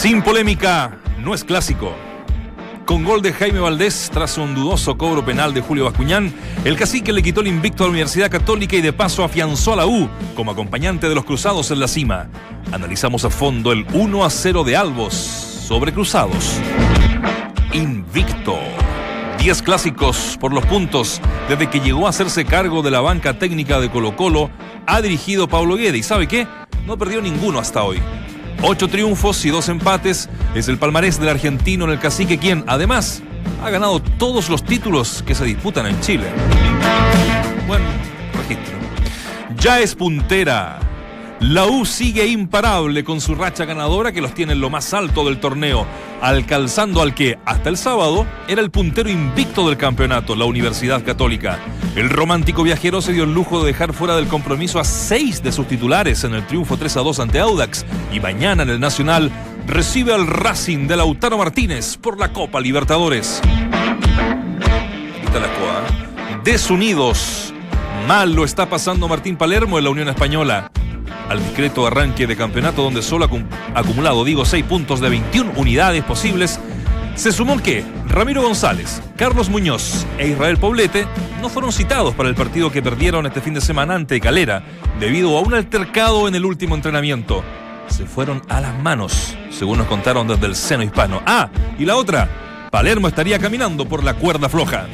Sin polémica, no es clásico. Con gol de Jaime Valdés, tras un dudoso cobro penal de Julio Bascuñán, el cacique le quitó el invicto a la Universidad Católica y de paso afianzó a la U como acompañante de los Cruzados en la cima. Analizamos a fondo el 1-0 de Albos sobre Cruzados. Invicto. 10 clásicos por los puntos desde que llegó a hacerse cargo de la banca técnica de Colo-Colo. Ha dirigido Pablo Guede y ¿sabe qué? No perdió ninguno hasta hoy. 8 triunfos y 2 empates es el palmarés del argentino en el cacique, quien además ha ganado todos los títulos que se disputan en Chile. Buen registro. Ya es puntera. La U sigue imparable con su racha ganadora que los tiene en lo más alto del torneo, alcanzando al que, hasta el sábado, era el puntero invicto del campeonato, la Universidad Católica. El romántico viajero se dio el lujo de dejar fuera del compromiso a 6 de sus titulares en el triunfo 3-2 ante Audax, y mañana en el Nacional recibe al Racing de Lautaro Martínez por la Copa Libertadores. Aquí está la escuadra. Desunidos. Mal lo está pasando Martín Palermo en la Unión Española. Al discreto arranque de campeonato donde solo ha acumulado 6 puntos de 21 unidades posibles, se sumó que Ramiro González, Carlos Muñoz e Israel Poblete no fueron citados para el partido que perdieron este fin de semana ante Calera debido a un altercado en el último entrenamiento. Se fueron a las manos, según nos contaron desde el seno hispano. Ah, y la otra, Palermo estaría caminando por la cuerda floja.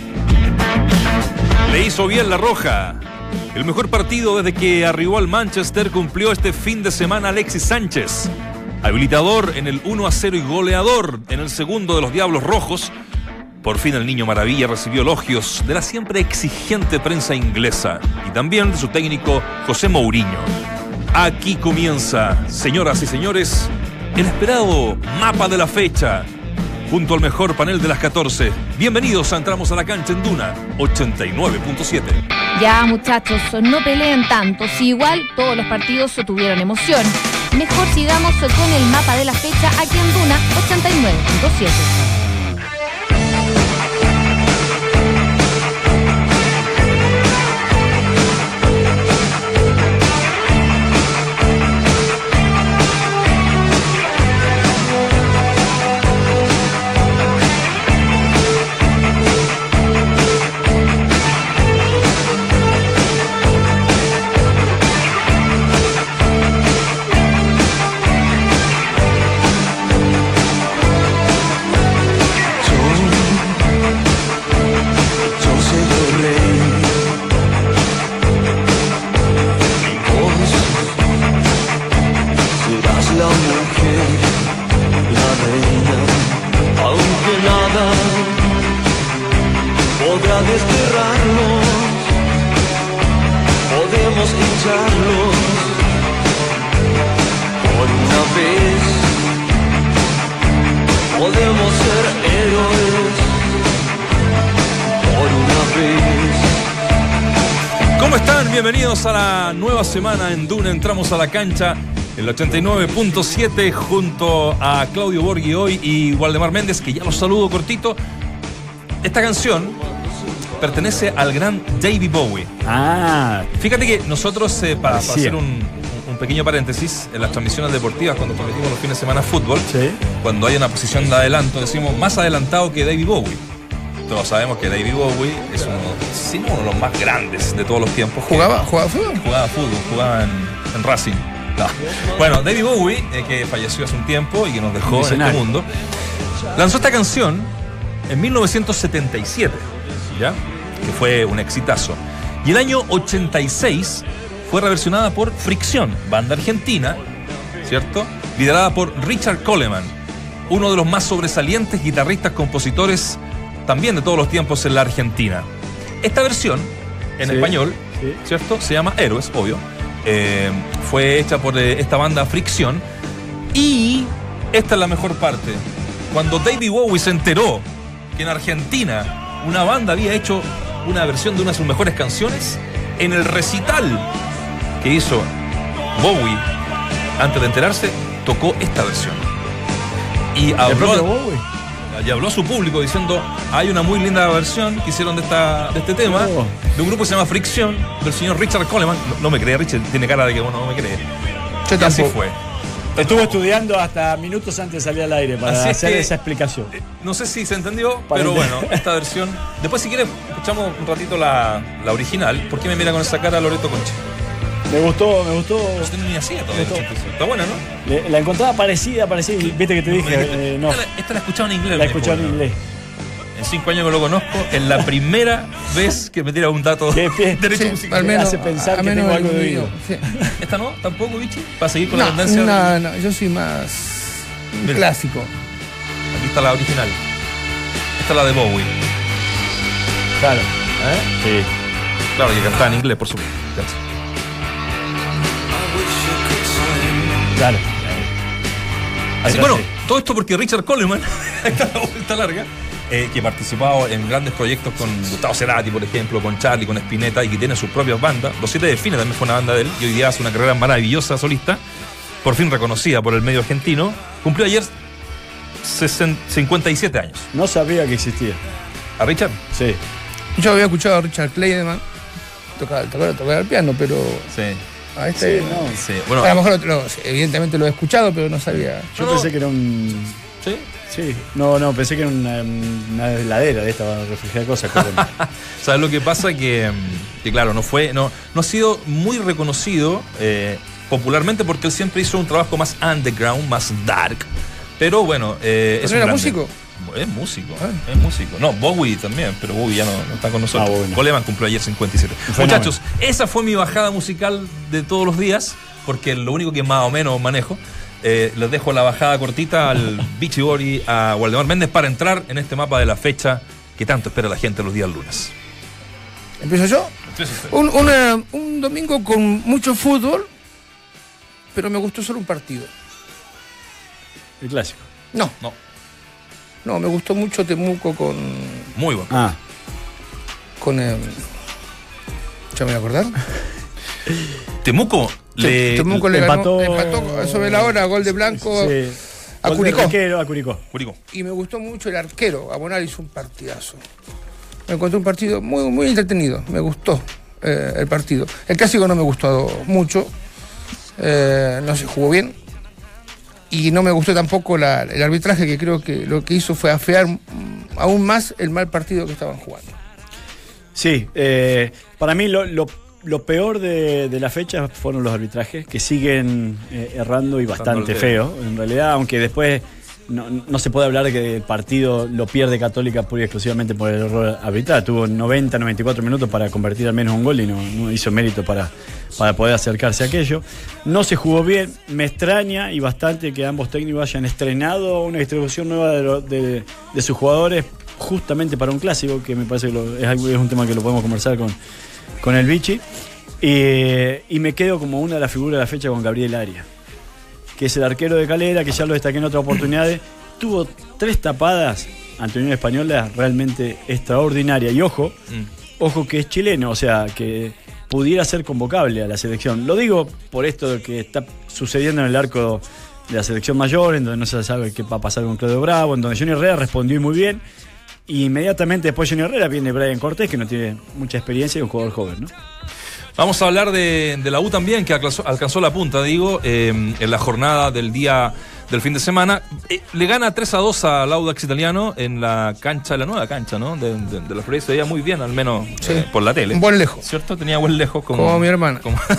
Le hizo bien la roja. El mejor partido desde que arribó al Manchester cumplió este fin de semana Alexis Sánchez. Habilitador en el 1-0 y goleador en el segundo de los Diablos Rojos. Por fin el Niño Maravilla recibió elogios de la siempre exigente prensa inglesa y también de su técnico José Mourinho. Aquí comienza, señoras y señores, el esperado mapa de la fecha, junto al mejor panel de las 14. Bienvenidos a Entramos a la Cancha en Duna 89.7. Ya, muchachos, no peleen tanto. Si igual todos los partidos tuvieron emoción. Mejor sigamos con el mapa de la fecha aquí en Duna 89.7. Bienvenidos a la nueva semana en Duna. Entramos a la cancha, el 89.7, junto a Claudio Borghi hoy y Waldemar Méndez, que ya los saludo cortito. Esta canción pertenece al gran David Bowie. Fíjate que nosotros, para hacer un pequeño paréntesis, en las transmisiones deportivas, cuando transmitimos los fines de semana fútbol, ¿sí? Cuando hay una posición de adelanto, decimos más adelantado que David Bowie. Todos sabemos que David Bowie es uno de los más grandes de todos los tiempos. ¿Jugaba fútbol? Jugaba fútbol, jugaba en Racing. No. Bueno, David Bowie, que falleció hace un tiempo y que nos dejó en este mundo, lanzó esta canción en 1977, ¿ya? Que fue un exitazo. Y el año 86 fue reversionada por Fricción, banda argentina, ¿cierto? Liderada por Richard Coleman, uno de los más sobresalientes guitarristas, compositores también de todos los tiempos en la Argentina. Esta versión, en español, ¿cierto? Se llama Héroes, obvio. Fue hecha por esta banda Fricción. Y esta es la mejor parte. Cuando David Bowie se enteró que en Argentina una banda había hecho una versión de una de sus mejores canciones, en el recital que hizo Bowie, antes de enterarse, tocó esta versión. Y habló a su público diciendo: hay una muy linda versión que hicieron de este tema, de un grupo que se llama Fricción, del señor Richard Coleman. No me cree, Richard tiene cara de que no me cree. Yo y así fue. Estuvo estudiando hasta minutos antes de salir al aire para hacer esa explicación. No sé si se entendió, pero bueno, esta versión. Después, si quieres, escuchamos un ratito la original. ¿Por qué me mira con esa cara Loreto Concha? Me gustó. Usted ni hacía todavía. Está buena, ¿no? La encontraba parecida. Viste que te dije. No. Esta la he escuchado en inglés. La he escuchado en inglés. En 5 años que lo conozco, es la primera vez que me tira un dato derecho musical. Al menos hace pensar que tengo algo de oído. Sí. ¿Esta no? ¿Tampoco, Vichy? ¿Para seguir con la tendencia? No, yo soy más clásico. Aquí está la original. Esta es la de Bowie. Claro. Sí. Claro, que cantaba en inglés, por supuesto. Claro. Así, bueno, todo esto porque Richard Coleman, esta es la vuelta larga, que participado en grandes proyectos con Gustavo Cerati, por ejemplo, con Charlie, con Spinetta, y que tiene sus propias bandas. Los 7 de Fine también fue una banda de él, y hoy día hace una carrera maravillosa solista, por fin reconocida por el medio argentino. Cumplió ayer 57 años. No sabía que existía. ¿A Richard? Sí. Yo había escuchado a Richard Clayderman tocar el piano, pero... Sí. A este, sí, no. Sí. Bueno, a lo mejor evidentemente lo he escuchado, pero no sabía. Yo pensé que era un... ¿Sí? Sí. No, pensé que era una heladera de esta refrigeradora cosa. ¿Sabes lo que pasa? Que claro, no ha sido muy reconocido popularmente porque él siempre hizo un trabajo más underground, más dark. Pero bueno, ¿Pero era músico? Es músico. No, Bowie también, pero Bowie ya no está con nosotros. Bueno. Coleman cumplió ayer 57. Muchachos, esa fue mi bajada musical de todos los días, porque lo único que más o menos manejo. Les dejo la bajada cortita al Vichy Bori, a Waldemar Méndez, para entrar en este mapa de la fecha que tanto espera la gente los días lunes. ¿Empiezo yo? Un domingo con mucho fútbol, pero me gustó solo un partido. El clásico. No, me gustó mucho Temuco con... Muy bueno. Con... ¿ya me voy a acordar? Temuco le empató sobre la hora, gol de Blanco a Curicó. Y me gustó mucho el arquero. Abonal hizo un partidazo. Me encontré un partido muy, muy entretenido. Me gustó el partido. El clásico no me gustó mucho. No se jugó bien. Y no me gustó tampoco el arbitraje, que creo que lo que hizo fue afear aún más el mal partido que estaban jugando. Sí, para mí lo peor de la fecha fueron los arbitrajes, que siguen errando y bastante feo, en realidad, aunque después no se puede hablar de que el partido lo pierde Católica pura y exclusivamente por el error arbitral. Tuvo 94 minutos para convertir al menos un gol y no hizo mérito para poder acercarse a aquello. No se jugó bien, me extraña y bastante que ambos técnicos hayan estrenado una distribución nueva de sus jugadores justamente para un clásico, que me parece que es un tema que lo podemos conversar con el Vichy. Y me quedo como una de las figuras de la fecha con Gabriel Arias, que es el arquero de Calera, que ya lo destaqué en otras oportunidades. Tuvo 3 tapadas ante Unión Española realmente extraordinarias. Y ojo que es chileno, o sea, que pudiera ser convocable a la selección. Lo digo por esto de que está sucediendo en el arco de la selección mayor, en donde no se sabe qué va a pasar con Claudio Bravo, en donde Johnny Herrera respondió muy bien. Y inmediatamente después de Johnny Herrera viene Brian Cortés, que no tiene mucha experiencia y un jugador joven, ¿no? Vamos a hablar de la U también, que alcanzó la punta, en la jornada del día del fin de semana. Le gana 3-2 al Audax Italiano en la nueva cancha, ¿no? De la Florida. Se veía muy bien, al menos por la tele. Un buen lejos. ¿Cierto? Tenía buen lejos como mi hermana.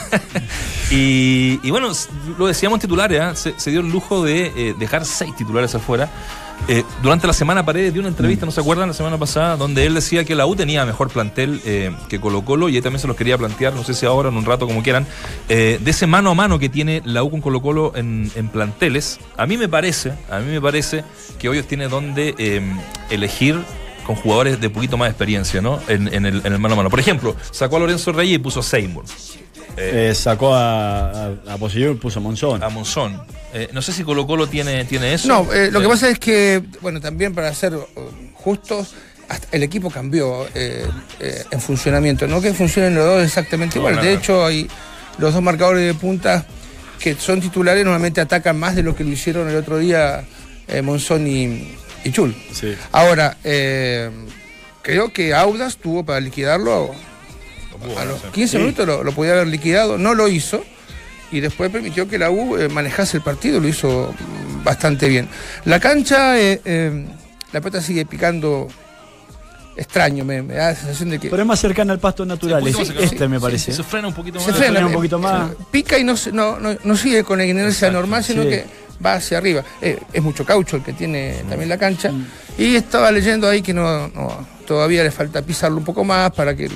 Y bueno, lo decíamos en titulares, se dio el lujo de dejar 6 titulares afuera. Durante la semana Paredes dio una entrevista, ¿no se acuerdan? La semana pasada, donde él decía que la U tenía mejor plantel que Colo-Colo, y él también se los quería plantear, no sé si ahora, en un rato, como quieran, de ese mano a mano que tiene la U con Colo-Colo en planteles. A mí me parece que Hoyos tiene donde elegir con jugadores de poquito más experiencia, ¿no? En el mano a mano. Por ejemplo, sacó a Lorenzo Reyes y puso a Seymour. Sacó a Poseyur y puso a Monzón. No sé si Colo-Colo tiene eso. No, lo que pasa es que, bueno, también para ser justos, hasta el equipo cambió en funcionamiento. No que funcionen los dos exactamente igual. De hecho, hay los dos marcadores de punta que son titulares, normalmente atacan más de lo que lo hicieron el otro día Monzón y Chul. Sí. Ahora, creo que Audax tuvo para liquidarlo. A los 15 minutos lo podía haber liquidado, no lo hizo. y después permitió que la U manejase el partido, lo hizo bastante bien. La cancha, la pelota sigue picando extraño, me da la sensación de que... Pero es más cercana al pasto natural, me parece. Se frena un poquito más. Se frena un poquito más. Pica y no sigue con la inercia normal, sino que va hacia arriba. Es mucho caucho el que tiene también la cancha. Y estaba leyendo ahí que todavía le falta pisarlo un poco más para que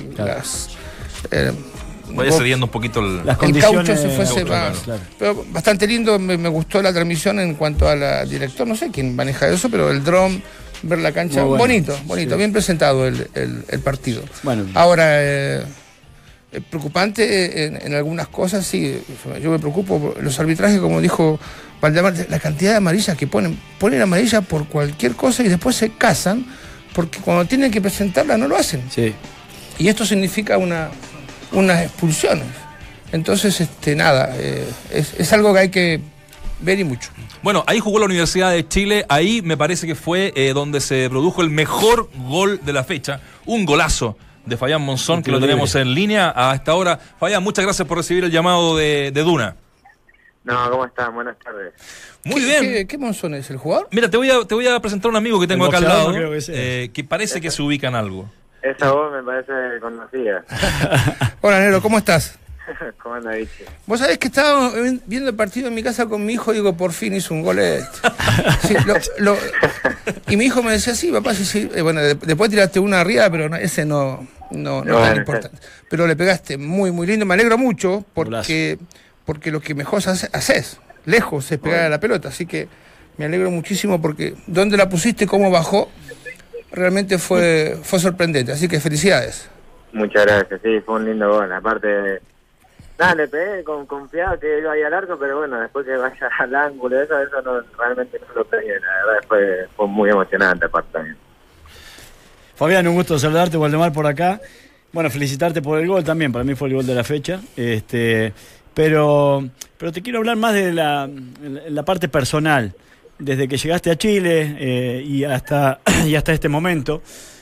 vaya cediendo un poquito el caucho se fuese más. Claro. Pero bastante lindo, me gustó la transmisión en cuanto a la director, no sé quién maneja eso, pero el dron, ver la cancha, bonito, bien presentado el partido. Bueno. Ahora, preocupante en algunas cosas, sí, yo me preocupo por los arbitrajes, como dijo Valdemar, la cantidad de amarillas que ponen amarilla por cualquier cosa y después se casan, porque cuando tienen que presentarla no lo hacen. Sí. Y esto significa unas expulsiones. Entonces, es algo que hay que ver y mucho. Bueno, ahí jugó la Universidad de Chile, ahí me parece que fue donde se produjo el mejor gol de la fecha, un golazo de Fabián Monzón, que lo tenemos en línea a esta hora. Fabián, muchas gracias por recibir el llamado de Duna. No, ¿cómo están? Buenas tardes. Muy bien. ¿Qué Monzón es, el jugador? Mira, te voy a presentar a un amigo que tengo acá al lado, que parece que se ubica en algo. Esa voz me parece conocida. Hola, Nero, ¿cómo estás? ¿Cómo anda, Vichy? Vos sabés que estaba viendo el partido en mi casa con mi hijo y digo, por fin hizo un gol sí, y mi hijo me decía, sí, papá, sí. Bueno, después tiraste una arriba, pero ese no es tan importante. Pero le pegaste muy, muy lindo. Me alegro mucho porque lo que mejor haces, lejos, es pegar a la pelota. Así que me alegro muchísimo porque dónde la pusiste, cómo bajó, realmente fue sorprendente. Así que felicidades. Muchas gracias, sí, fue un lindo gol. Aparte, le pegué confiado que iba ahí al arco, pero bueno, después que vaya al ángulo, eso realmente no lo pegué. La verdad fue muy emocionante aparte también. Fabián, un gusto saludarte, Waldemar, por acá. Bueno, felicitarte por el gol también, para mí fue el gol de la fecha. Pero te quiero hablar más de la parte personal. Desde que llegaste a Chile y hasta este momento,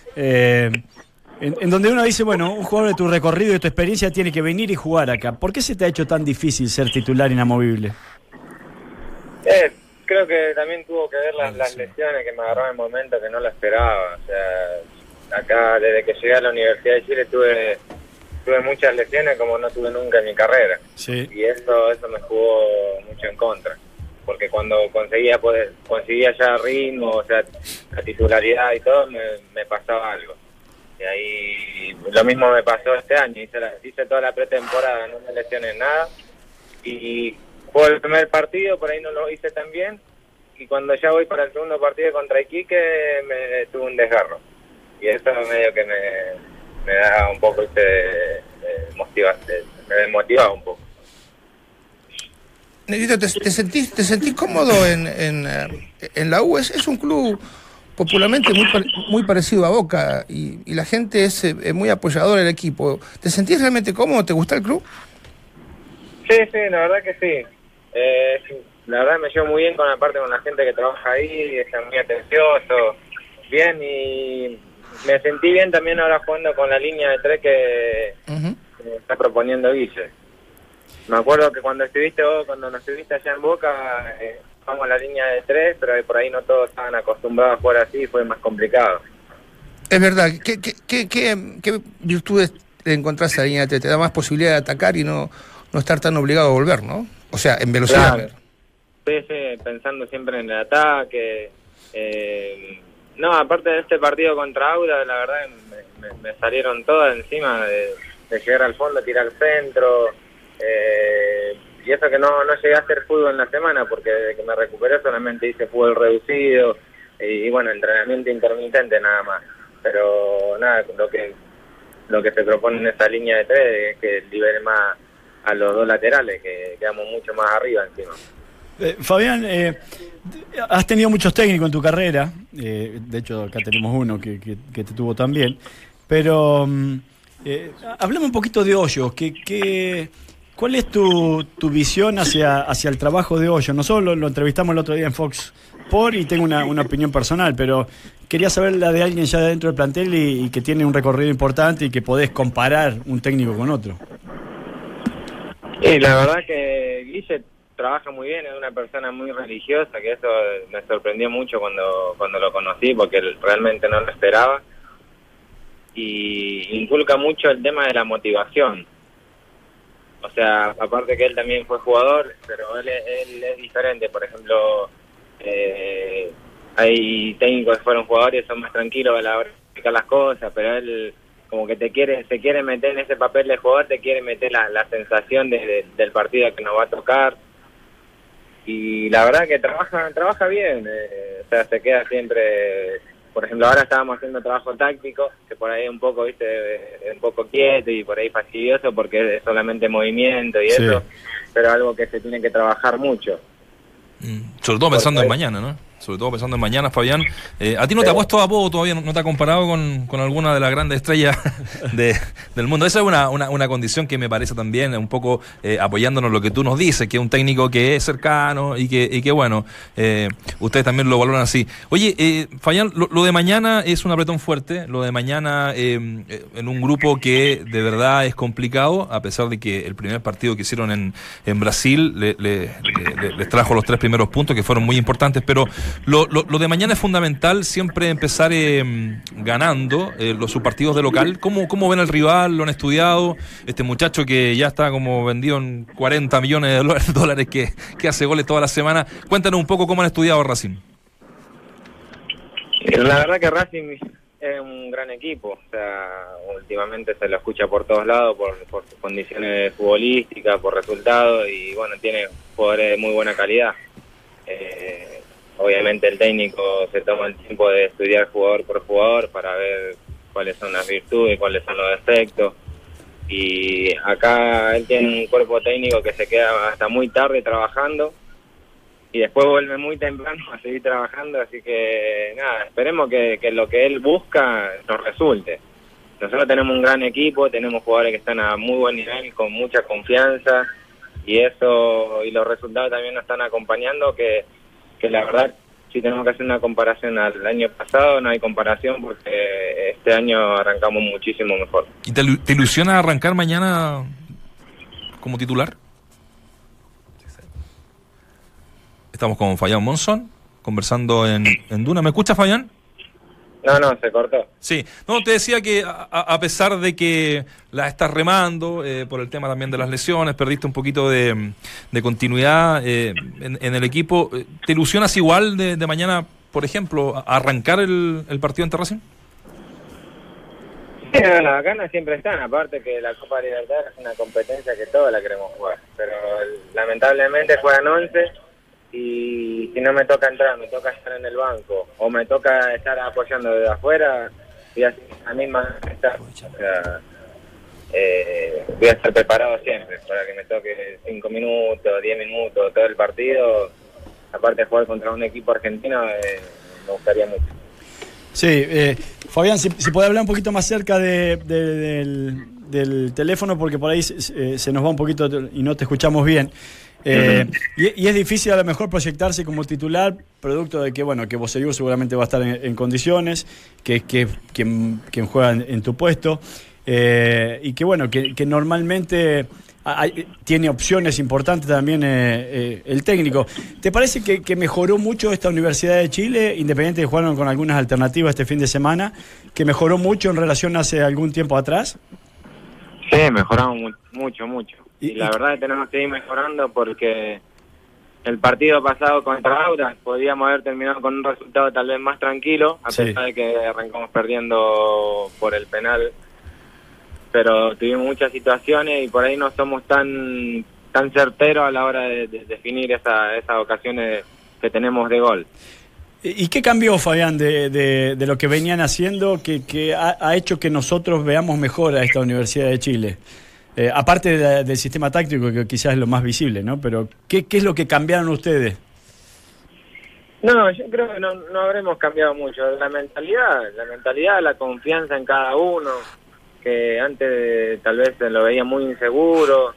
en donde uno dice, bueno, un jugador de tu recorrido y de tu experiencia tiene que venir y jugar acá. ¿Por qué se te ha hecho tan difícil ser titular inamovible? Creo que también tuvo que ver las lesiones que me agarraron en el momento que no la esperaba. O sea, acá desde que llegué a la Universidad de Chile tuve muchas lesiones como no tuve nunca en mi carrera. Sí. Y eso me jugó mucho en contra. Porque cuando conseguía ya ritmo, o sea, la titularidad y todo, me pasaba algo. Y ahí lo mismo me pasó este año. Hice toda la pretemporada, no me lesioné nada. Y fue el primer partido, por ahí no lo hice tan bien. Y cuando ya voy para el segundo partido contra Iquique, me tuve un desgarro. Y eso medio que me da un poco me desmotivaba un poco. Negrito, ¿te sentís cómodo en la U? Es un club popularmente muy parecido a Boca y la gente es muy apoyadora del equipo. ¿Te sentís realmente cómodo? ¿Te gusta el club? Sí, la verdad que sí. La verdad me llevo muy bien con la gente que trabaja ahí, es muy atencioso, bien, y me sentí bien también ahora jugando con la línea de 3 que me está proponiendo Guille. Me acuerdo que cuando nos estuviste allá en Boca, vamos a la línea de 3, pero por ahí no todos estaban acostumbrados a jugar así, fue más complicado. Es verdad. ¿Qué virtudes encontrás en la línea de 3? Te da más posibilidad de atacar y no estar tan obligado a volver, ¿no? O sea, en velocidad. Claro. Sí, pensando siempre en el ataque. Aparte de este partido contra Auda, la verdad me salieron todas encima de llegar al fondo, tirar centro. Y eso que no llegué a hacer fútbol en la semana, porque desde que me recuperé solamente hice fútbol reducido y bueno, entrenamiento intermitente nada más. Pero nada, lo que se propone en esta línea de 3 es que libere más a los dos laterales, que quedamos mucho más arriba encima. Fabián, has tenido muchos técnicos en tu carrera, de hecho acá tenemos uno que te tuvo también, pero hablemos un poquito de Hoyos. ¿Cuál es tu visión hacia el trabajo de Hoyos? Nosotros lo entrevistamos el otro día en Fox Sports y tengo una opinión personal, pero quería saber la de alguien ya dentro del plantel y que tiene un recorrido importante y que podés comparar un técnico con otro. Y la verdad que Guille trabaja muy bien, es una persona muy religiosa, que eso me sorprendió mucho cuando lo conocí, porque realmente no lo esperaba. Y inculca mucho el tema de la motivación. O sea, aparte que él también fue jugador, pero él es diferente. Por ejemplo, hay técnicos que fueron jugadores y son más tranquilos a la hora de explicar las cosas, pero él como que se quiere meter en ese papel de jugador, te quiere meter la sensación del partido que nos va a tocar. Y la verdad que trabaja bien, o sea, se queda siempre. Por ejemplo, ahora estábamos haciendo trabajo táctico, que por ahí es un poco, un poco quieto y por ahí fastidioso porque es solamente movimiento y eso, pero algo que se tiene que trabajar mucho. Sobre todo pensando en mañana, ¿no? Sobre todo pensando en mañana, Fabián. ¿A ti no te ha puesto apodo todavía? ¿No te ha comparado con alguna de las grandes estrellas del mundo? Esa es una condición que me parece también un poco apoyándonos lo que tú nos dices, que es un técnico que es cercano y que bueno, ustedes también lo valoran así. Oye, Fabián, lo de mañana es un apretón fuerte, lo de mañana en un grupo que de verdad es complicado, a pesar de que el primer partido que hicieron en Brasil les trajo los 3 primeros puntos, que fueron muy importantes, pero lo de mañana es fundamental, siempre empezar ganando sus partidos de local. ¿Cómo ven al rival? ¿Lo han estudiado? Este muchacho que ya está como vendido en 40 millones de dólares que hace goles toda la semana. Cuéntanos un poco cómo han estudiado a Racing. La verdad que Racing es un gran equipo. O sea, últimamente se lo escucha por todos lados, por sus condiciones futbolísticas, por resultados, y bueno, tiene jugadores de muy buena calidad. Obviamente el técnico se toma el tiempo de estudiar jugador por jugador para ver cuáles son las virtudes, cuáles son los defectos. Y acá él tiene un cuerpo técnico que se queda hasta muy tarde trabajando y después vuelve muy temprano a seguir trabajando. Así que nada, esperemos que lo que él busca nos resulte. Nosotros tenemos un gran equipo, tenemos jugadores que están a muy buen nivel, con mucha confianza, y eso y los resultados también nos están acompañando, que la verdad, si tenemos que hacer una comparación al año pasado, no hay comparación porque este año arrancamos muchísimo mejor. ¿Y te ilusiona arrancar mañana como titular? Estamos con Fabián Monzón, conversando en Duna. ¿Me escuchas, Fabián? No, se cortó. Sí, no, te decía que a pesar de que la estás remando por el tema también de las lesiones, perdiste un poquito de continuidad en el equipo, ¿te ilusionas igual de mañana, por ejemplo, arrancar el partido ante Racing? Sí, las ganas siempre están, aparte que la Copa Libertadores es una competencia que todos la queremos jugar, pero lamentablemente juegan 11 y si no me toca entrar, me toca estar en el banco o me toca estar apoyando desde afuera, y así a mí más estar, o sea, voy a estar preparado siempre para que me toque 5 minutos, 10 minutos, todo el partido. Aparte de jugar contra un equipo argentino, me gustaría mucho. Sí, Fabián, si podés hablar un poquito más cerca del teléfono, porque por ahí se nos va un poquito y no te escuchamos bien. Y es difícil a lo mejor proyectarse como titular, producto de que bueno, que Bosellur seguramente va a estar en condiciones, que quien juega en tu puesto, y que bueno, que normalmente tiene opciones importantes también el técnico. ¿Te parece que mejoró mucho esta Universidad de Chile, independiente de jugar con algunas alternativas este fin de semana, que mejoró mucho en relación a hace algún tiempo atrás? Sí, mejoramos mucho. Y la verdad es que tenemos que ir mejorando, porque el partido pasado contra Audax podíamos haber terminado con un resultado tal vez más tranquilo, a pesar de que arrancamos perdiendo por el penal. Pero tuvimos muchas situaciones y por ahí no somos tan certeros a la hora de definir esas ocasiones que tenemos de gol. ¿Y qué cambió, Fabián, de lo que venían haciendo que ha hecho que nosotros veamos mejor a esta Universidad de Chile? Aparte del sistema táctico, que quizás es lo más visible, ¿no? Pero ¿qué es lo que cambiaron ustedes? No, yo creo que no habremos cambiado mucho. La mentalidad, la confianza en cada uno, que antes tal vez lo veía muy inseguro,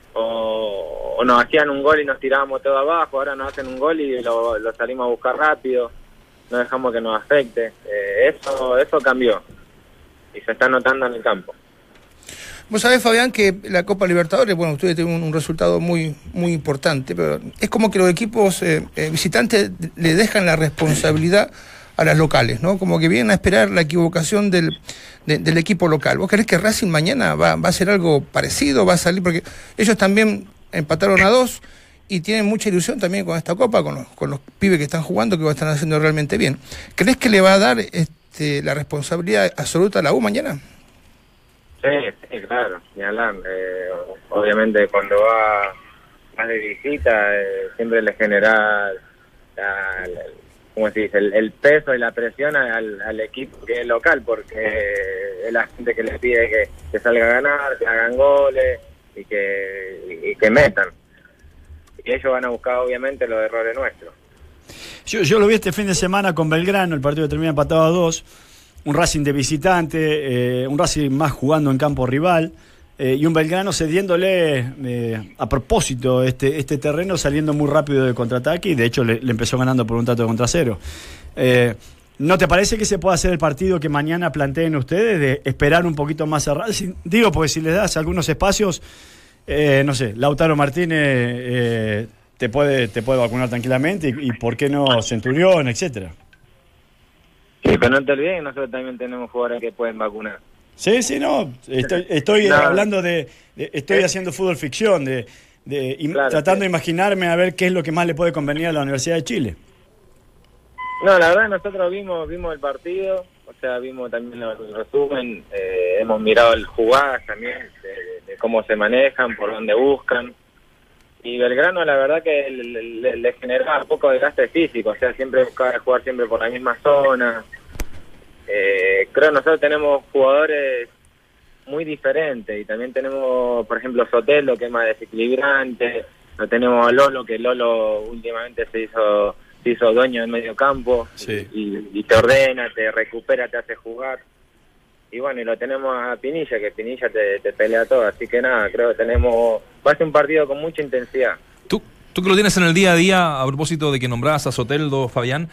o nos hacían un gol y nos tirábamos todo abajo, ahora nos hacen un gol y lo salimos a buscar rápido, no dejamos que nos afecte. Eso cambió y se está notando en el campo. Vos sabés, Fabián, que la Copa Libertadores, bueno, ustedes tienen un resultado muy, muy importante, pero es como que los equipos visitantes le dejan la responsabilidad a las locales, ¿no? Como que vienen a esperar la equivocación del equipo local. ¿Vos creés que Racing mañana va a hacer algo parecido? ¿Va a salir? Porque ellos también empataron a 2 y tienen mucha ilusión también con esta Copa, con los pibes que están jugando, que lo están haciendo realmente bien. ¿Creés que le va a dar la responsabilidad absoluta a la U mañana? Sí, claro, ni hablar. Obviamente cuando vas de visita siempre le genera ¿cómo se dice? El peso y la presión al equipo que es local, porque es la gente que les pide que salga a ganar, que hagan goles y que metan. Y ellos van a buscar obviamente los errores nuestros. Yo lo vi este fin de semana con Belgrano, el partido termina empatado a 2. Un Racing de visitante, un Racing más jugando en campo rival, y un Belgrano cediéndole a propósito este terreno, saliendo muy rápido de contraataque, y de hecho le empezó ganando por un tanto contra 0. ¿No te parece que se pueda hacer el partido que mañana planteen ustedes, de esperar un poquito más a Racing? Digo, porque si les das algunos espacios, no sé, Lautaro Martínez te puede vacunar tranquilamente, y por qué no Centurión, etcétera. Sí, pero no te olvides que nosotros también tenemos jugadores que pueden vacunar. Sí, no. Estoy no. Hablando estoy haciendo fútbol ficción, claro, tratando de imaginarme a ver qué es lo que más le puede convenir a la Universidad de Chile. No, la verdad nosotros vimos el partido, o sea, vimos también el resumen, hemos mirado el jugadas también, de cómo se manejan, por dónde buscan. Y Belgrano la verdad que le generaba un poco de desgaste físico, o sea, siempre buscaba jugar siempre por la misma zona. Creo que nosotros tenemos jugadores muy diferentes, y también tenemos, por ejemplo, Soteldo, que es más desequilibrante, no tenemos a Lolo, que Lolo últimamente se hizo dueño del medio campo, sí. y te ordena, te recupera, te hace jugar. Y bueno, y lo tenemos a Pinilla, que Pinilla te pelea todo, así que nada, creo que va a ser un partido con mucha intensidad. Tú que lo tienes en el día a día, a propósito de que nombrabas a Soteldo, Fabián,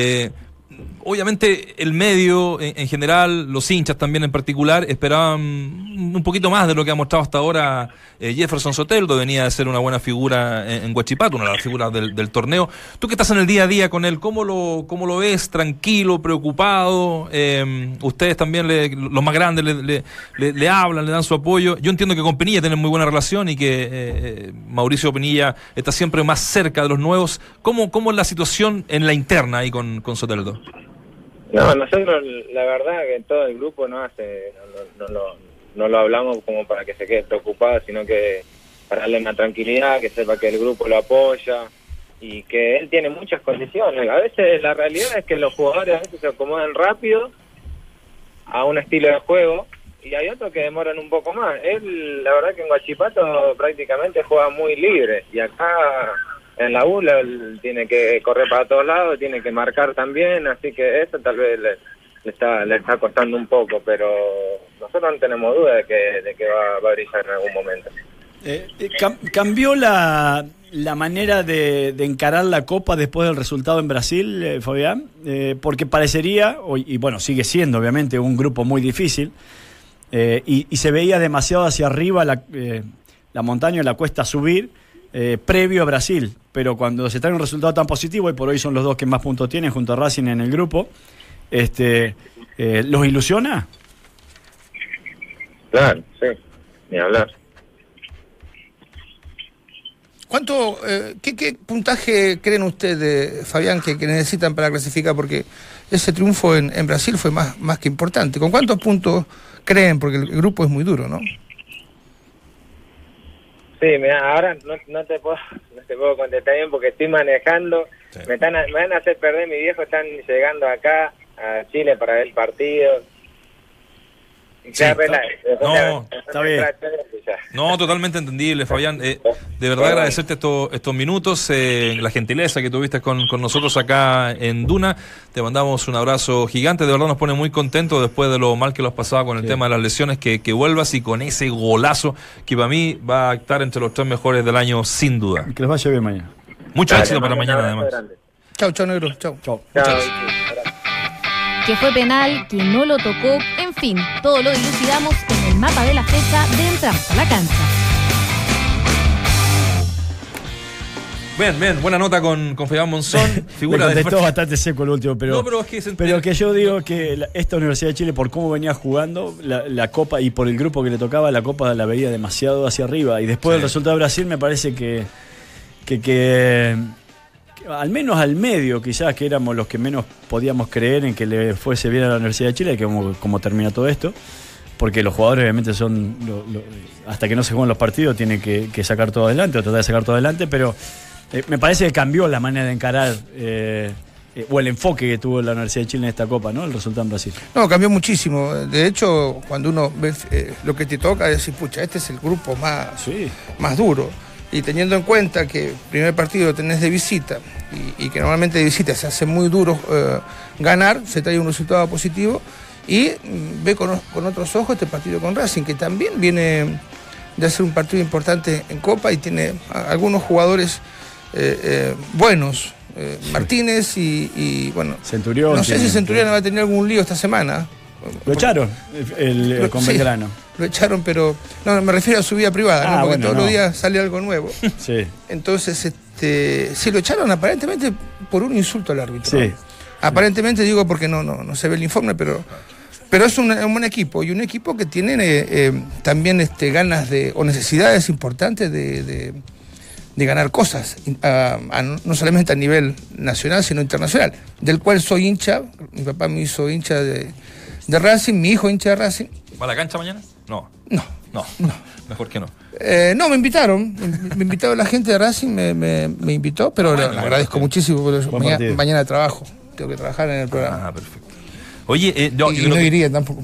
obviamente el medio en general, los hinchas también en particular, esperaban un poquito más de lo que ha mostrado hasta ahora Jefferson Soteldo. Venía de ser una buena figura en Huachipato, una de las figuras del torneo. Tú que estás en el día a día con él, ¿cómo lo ves? ¿Tranquilo, preocupado? Ustedes también, los más grandes, le hablan, le dan su apoyo. Yo entiendo que con Pinilla tienen muy buena relación, y que Mauricio Pinilla está siempre más cerca de los nuevos. ¿Cómo es la situación en la interna ahí con Soteldo? No, nosotros la verdad que todo el grupo no lo hablamos como para que se quede preocupado, sino que para darle una tranquilidad, que sepa que el grupo lo apoya y que él tiene muchas condiciones. A veces la realidad es que los jugadores a veces se acomodan rápido a un estilo de juego, y hay otros que demoran un poco más. Él, la verdad que en Huachipato prácticamente juega muy libre, y acá en la U él tiene que correr para todos lados, tiene que marcar también, así que eso tal vez le está costando un poco, pero nosotros no tenemos duda de que va a brillar en algún momento. ¿Cambió la manera de encarar la Copa después del resultado en Brasil, Fabián? Porque parecería, y bueno, sigue siendo obviamente un grupo muy difícil, y se veía demasiado hacia arriba la montaña, la cuesta a subir, previo a Brasil, pero cuando se trae un resultado tan positivo, y por hoy son los dos que más puntos tienen junto a Racing en el grupo, ¿los ilusiona? Claro, sí, ni hablar. ¿Qué puntaje creen ustedes, Fabián, que necesitan para clasificar? Porque ese triunfo en Brasil fue más que importante. ¿Con cuántos puntos creen? Porque el grupo es muy duro, ¿no? Sí, mira, ahora no te puedo contestar bien porque estoy manejando. Sí. Me van a hacer perder, mis viejos están llegando acá a Chile para ver el partido. Sí, está bien. No, totalmente entendible, Fabián. De verdad agradecerte estos minutos, la gentileza que tuviste con nosotros acá en Duna. Te mandamos un abrazo gigante. De verdad nos pone muy contentos después de lo mal que lo has pasado con el tema de las lesiones, que vuelvas, y con ese golazo que para mí va a estar entre los 3 mejores del año sin duda. Que les vaya bien mañana. Mucho éxito para mañana, además. Chau, negro. Chau. Que fue penal, que no lo tocó, en fin, todo lo dilucidamos en el mapa de la fecha de Entramos a la Cancha. Bien, buena nota con Fabián Monzón. Figura me contestó bastante seco el último, pero, no, pero, es que yo digo que esta Universidad de Chile, por cómo venía jugando la Copa y por el grupo que le tocaba, la Copa la veía demasiado hacia arriba. Y después del resultado de Brasil me parece que al menos al medio, quizás, que éramos los que menos podíamos creer en que le fuese bien a la Universidad de Chile, que como termina todo esto. Porque los jugadores obviamente son, hasta que no se juegan los partidos, tienen que sacar todo adelante o tratar de sacar todo adelante, pero me parece que cambió la manera de encarar o el enfoque que tuvo la Universidad de Chile en esta Copa, ¿no? El resultado en Brasil. No, cambió muchísimo. De hecho, cuando uno ve lo que te toca, decir, pucha, este es el grupo más duro. Y teniendo en cuenta que el primer partido lo tenés de visita y que normalmente de visita se hace muy duro ganar, se trae un resultado positivo y ve con otros ojos este partido con Racing, que también viene de hacer un partido importante en Copa y tiene algunos jugadores buenos, Martínez y bueno, Centurión. No sé si Centurión va a tener algún lío esta semana. Lo echaron con Belgrano. Lo echaron, pero no, me refiero a su vida privada, ¿no? Porque todos los días sale algo nuevo. Sí. Entonces, sí, lo echaron aparentemente por un insulto al árbitro. Sí. Aparentemente digo porque no se ve el informe, pero es un buen equipo y un equipo que tiene también ganas o necesidades importantes de ganar cosas, no solamente a nivel nacional, sino internacional, del cual soy hincha. Mi papá me hizo hincha de Racing, mi hijo hincha de Racing. ¿Va a la cancha mañana? No. Mejor que no. No, me invitaron. Me invitaron la gente de Racing, me invitó, pero le agradezco muchísimo porque mañana trabajo. Tengo que trabajar en el programa. Ah, perfecto. Oye, no iría tampoco.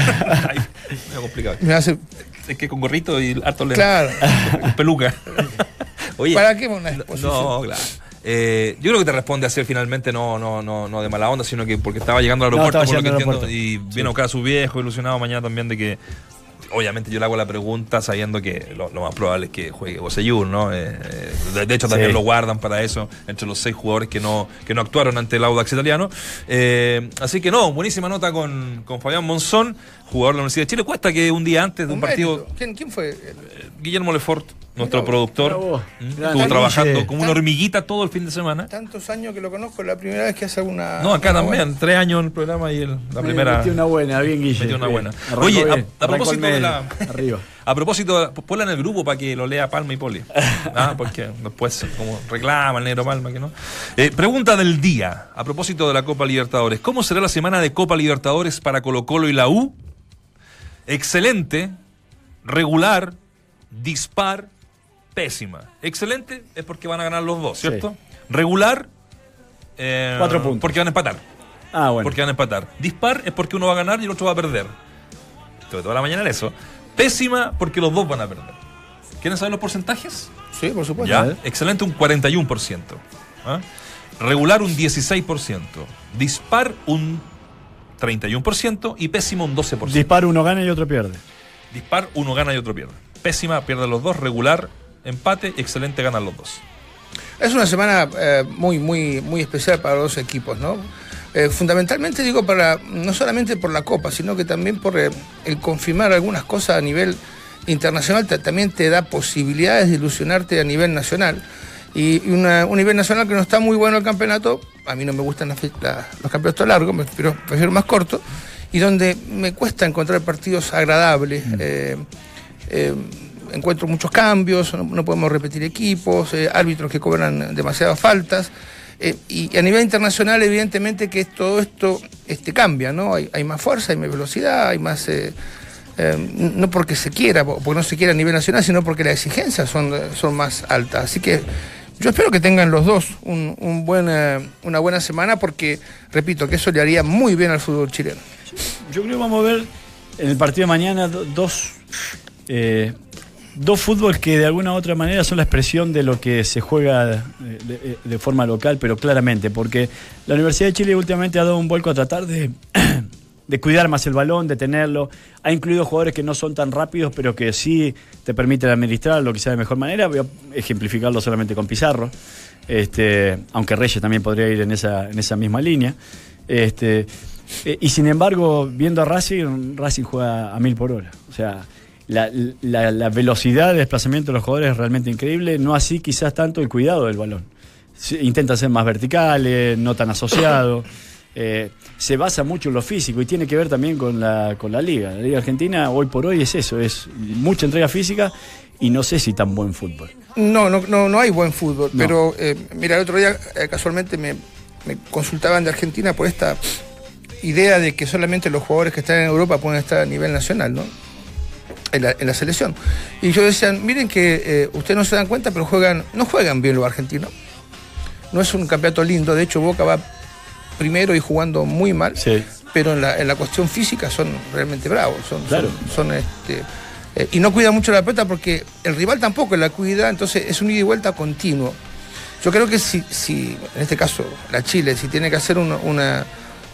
Es complicado. Es que con gorrito y harto le... Claro. Con peluca. Oye, ¿para qué una exposición? No, claro. Yo creo que te responde así finalmente, no de mala onda, sino que porque estaba llegando al aeropuerto, por lo que entiendo, y viene acá su viejo, ilusionado mañana también de que... Obviamente yo le hago la pregunta sabiendo que lo más probable es que juegue Bocellur, ¿no? De hecho también lo guardan para eso, entre los 6 jugadores que no actuaron ante el Audax italiano. Así que buenísima nota con Fabián Monzón, jugador de la Universidad de Chile. Cuesta que un día antes de un partido... ¿Quién fue? Guillermo Lefort, nuestro productor. Estuvo trabajando como una hormiguita todo el fin de semana. Tantos años que lo conozco, la primera vez que hace una... No, acá también, buena. 3 años en el programa y la primera... Metió una buena, bien Guille. Metió una buena. Oye, a propósito de la... Arriba. A propósito, ponla en el grupo para que lo lea Palma y Poli. Porque después como reclama el negro Palma que no. Pregunta del día, a propósito de la Copa Libertadores. ¿Cómo será la semana de Copa Libertadores para Colo-Colo y la U? Excelente, regular, dispar, pésima. Excelente es porque van a ganar los dos, ¿cierto? Sí. Regular, 4 puntos. Porque van a empatar. Bueno. Porque van a empatar. Dispar es porque uno va a ganar y el otro va a perder. Toda la mañana en eso. Pésima porque los dos van a perder. ¿Quieren saber los porcentajes? Sí, por supuesto. Ya, excelente un 41%. Regular un 16%. Dispar un 31% y pésimo un 12%. Dispar uno gana y otro pierde. Dispar uno gana y otro pierde. Pésima pierden los dos, regular empate, excelente ganan los dos. Es una semana muy, muy, muy especial para los dos equipos, ¿no? Fundamentalmente digo no solamente por la Copa, sino que también por el confirmar algunas cosas a nivel internacional, también te da posibilidades de ilusionarte a nivel nacional. Y un nivel nacional que no está muy bueno el campeonato, a mí no me gustan los campeonatos largos, prefiero más cortos, y donde me cuesta encontrar partidos agradables. Encuentro muchos cambios, no podemos repetir equipos, árbitros que cobran demasiadas faltas. Y a nivel internacional, evidentemente que todo esto cambia, ¿no? Hay más fuerza, hay más velocidad, hay más... no porque se quiera, porque no se quiera a nivel nacional, sino porque las exigencias son más altas. Así que yo espero que tengan los dos una buena semana, porque, repito, que eso le haría muy bien al fútbol chileno. Yo creo que vamos a ver en el partido de mañana dos fútbol que de alguna u otra manera son la expresión de lo que se juega de forma local, pero claramente, porque la Universidad de Chile últimamente ha dado un vuelco a tratar de cuidar más el balón, de tenerlo. Ha incluido jugadores que no son tan rápidos, pero que sí te permiten administrarlo quizá de mejor manera. Voy a ejemplificarlo solamente con Pizarro, aunque Reyes también podría ir en esa misma línea. Y sin embargo, viendo a Racing juega a 1000 por hora. O sea, la velocidad de desplazamiento de los jugadores es realmente increíble, no así quizás tanto el cuidado del balón. Intenta ser más verticales, no tan asociado. Se basa mucho en lo físico y tiene que ver también con la liga. La liga argentina hoy por hoy es eso, es mucha entrega física y no sé si tan buen fútbol. No hay buen fútbol, no. Pero mira, el otro día casualmente me consultaban de Argentina por esta idea de que solamente los jugadores que están en Europa pueden estar a nivel nacional, ¿no? En la selección. Y yo decía, miren que ustedes no se dan cuenta, pero no juegan bien los argentinos. No es un campeonato lindo, de hecho Boca va primero y jugando muy mal, sí. Pero en la cuestión física son realmente bravos, claro. Y no cuida mucho la pelota porque el rival tampoco la cuida, entonces es un ida y vuelta continuo. Yo creo que si en este caso la Chile, si tiene que hacer una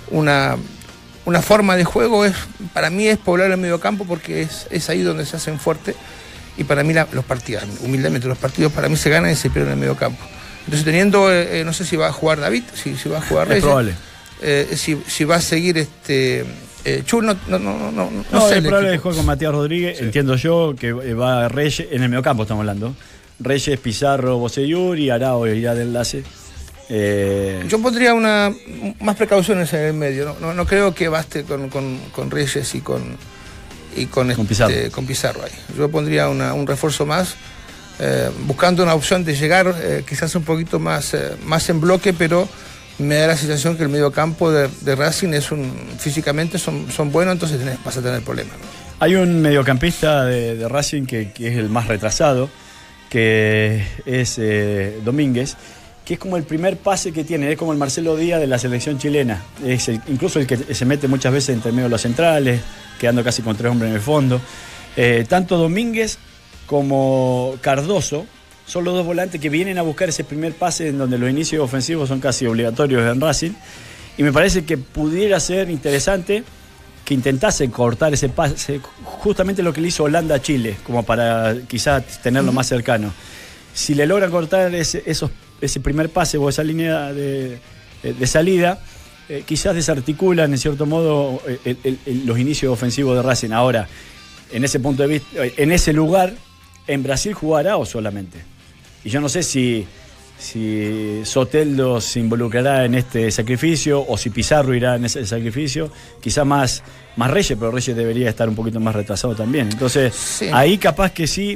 forma de juego, para mí es poblar el mediocampo porque es ahí donde se hacen fuertes y para mí los partidos, humildemente los partidos para mí se ganan y se pierden en el mediocampo. Entonces teniendo, no sé si va a jugar David, si va a jugar Reyes, probable. Si va a seguir Chul, no sé. Es probable que juegue con Matías Rodríguez, sí. Entiendo yo que va Reyes, en el mediocampo estamos hablando, Reyes, Pizarro, Bocellur y Arao irá de enlace. Yo pondría más precauciones en el medio, no creo que baste con Reyes y con Pizarro ahí. Yo pondría un refuerzo más, buscando una opción de llegar quizás un poquito más en bloque, pero me da la sensación que el mediocampo de Racing físicamente son buenos, entonces vas a tener problemas, ¿no? Hay un mediocampista de Racing que es el más retrasado, que es Domínguez, que es como el primer pase que tiene, es como el Marcelo Díaz de la selección chilena, es incluso el que se mete muchas veces entre medio de los centrales, quedando casi con 3 hombres en el fondo. Tanto Domínguez como Cardoso son los 2 volantes que vienen a buscar ese primer pase en donde los inicios ofensivos son casi obligatorios en Racing, y me parece que pudiera ser interesante que intentasen cortar ese pase, justamente lo que le hizo Holanda a Chile, como para quizás tenerlo más cercano. Si le logran cortar ese primer pase o esa línea de salida, quizás desarticulan en cierto modo los inicios ofensivos de Racing. Ahora, en ese punto de vista, en ese lugar, en Brasil jugará o solamente. Y yo no sé si Soteldo se involucrará en este sacrificio o si Pizarro irá en ese sacrificio. Quizá más Reyes, pero Reyes debería estar un poquito más retrasado también. Entonces, sí. Ahí capaz que sí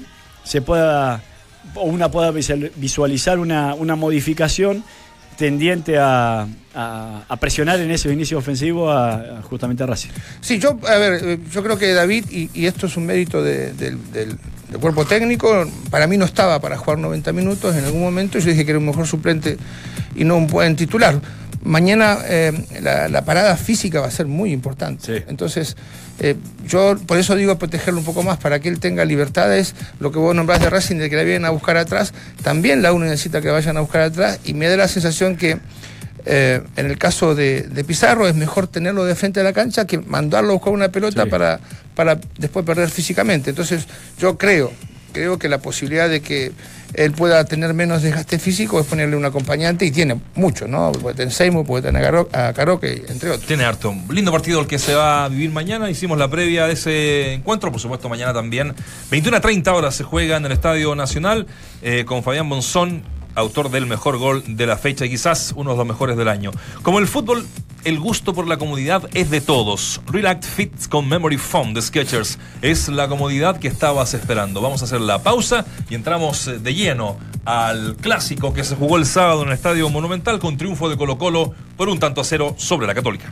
uno pueda visualizar una modificación tendiente a presionar en ese inicio ofensivo justamente a Racing. Sí, yo creo que David, y esto es un mérito del cuerpo técnico, para mí no estaba para jugar 90 minutos en algún momento, yo dije que era un mejor suplente y no un buen titular. Mañana la parada física va a ser muy importante. Sí. Entonces, yo por eso digo protegerlo un poco más, para que él tenga libertades. Lo que vos nombrás de Racing, de que la vienen a buscar atrás, también la UNE necesita que vayan a buscar atrás, y me da la sensación que en el caso de Pizarro es mejor tenerlo de frente a la cancha que mandarlo a buscar una pelota, sí, para después perder físicamente. Entonces yo creo que la posibilidad de que él pueda tener menos desgaste físico es ponerle un acompañante, y tiene mucho, ¿no? Puede tener Seymour, puede tener a Caroque, entre otros. Tiene harto. Lindo partido el que se va a vivir mañana. Hicimos la previa de ese encuentro, por supuesto mañana también. 21:30 horas se juega en el Estadio Nacional, con Fabián Monzón, autor del mejor gol de la fecha y quizás uno de los mejores del año. Como el fútbol, el gusto por la comodidad es de todos. Relax Fit con Memory Foam de Skechers es la comodidad que estabas esperando. Vamos a hacer la pausa y entramos de lleno al clásico que se jugó el sábado en el Estadio Monumental, con triunfo de Colo-Colo por 1-0 sobre la Católica.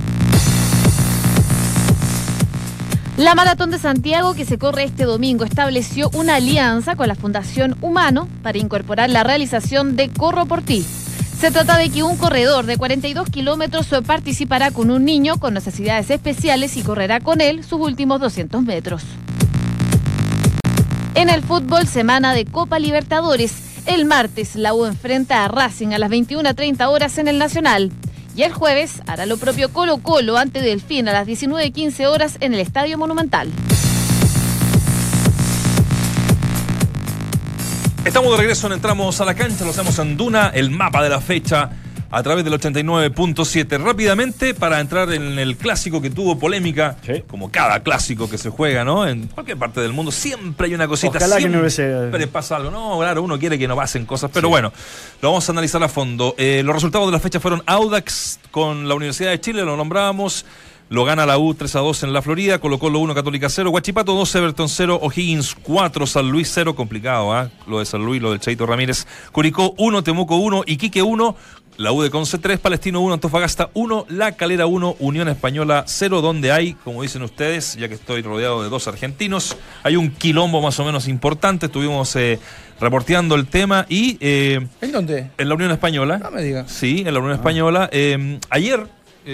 La Maratón de Santiago, que se corre este domingo, estableció una alianza con la Fundación Humano para incorporar la realización de Corro por Ti. Se trata de que un corredor de 42 kilómetros participará con un niño con necesidades especiales y correrá con él sus últimos 200 metros. En el fútbol, semana de Copa Libertadores. El martes, la U enfrenta a Racing a las 21:30 horas en el Nacional. Y el jueves hará lo propio Colo-Colo ante Delfín a las 19:15 horas en el Estadio Monumental. Estamos de regreso, entramos a la cancha, lo hacemos en Duna, el mapa de la fecha a través del 89.7. Rápidamente, para entrar en el clásico que tuvo polémica, como cada clásico que se juega, ¿no? En cualquier parte del mundo siempre hay una cosita. Ojalá siempre que no hubiese... pasa algo. No, claro, uno quiere que no pasen cosas, pero bueno, lo vamos a analizar a fondo. Los resultados de la fecha fueron Audax con la Universidad de Chile, lo nombrábamos. Lo gana la U 3-2 en la Florida, Colo-Colo 1, Católica 0, Huachipato 2, Everton 0, O'Higgins 4, San Luis 0, complicado, lo de San Luis, lo del Cheito Ramírez, Curicó 1, Temuco 1, Iquique 1, la U de Conce 3, Palestino 1, Antofagasta 1, La Calera 1, Unión Española 0, donde hay, como dicen ustedes, ya que estoy rodeado de dos argentinos, hay un quilombo más o menos importante, estuvimos reporteando el tema y... ¿En dónde? En la Unión Española. No me digas. Sí, en la Unión Española. Ayer...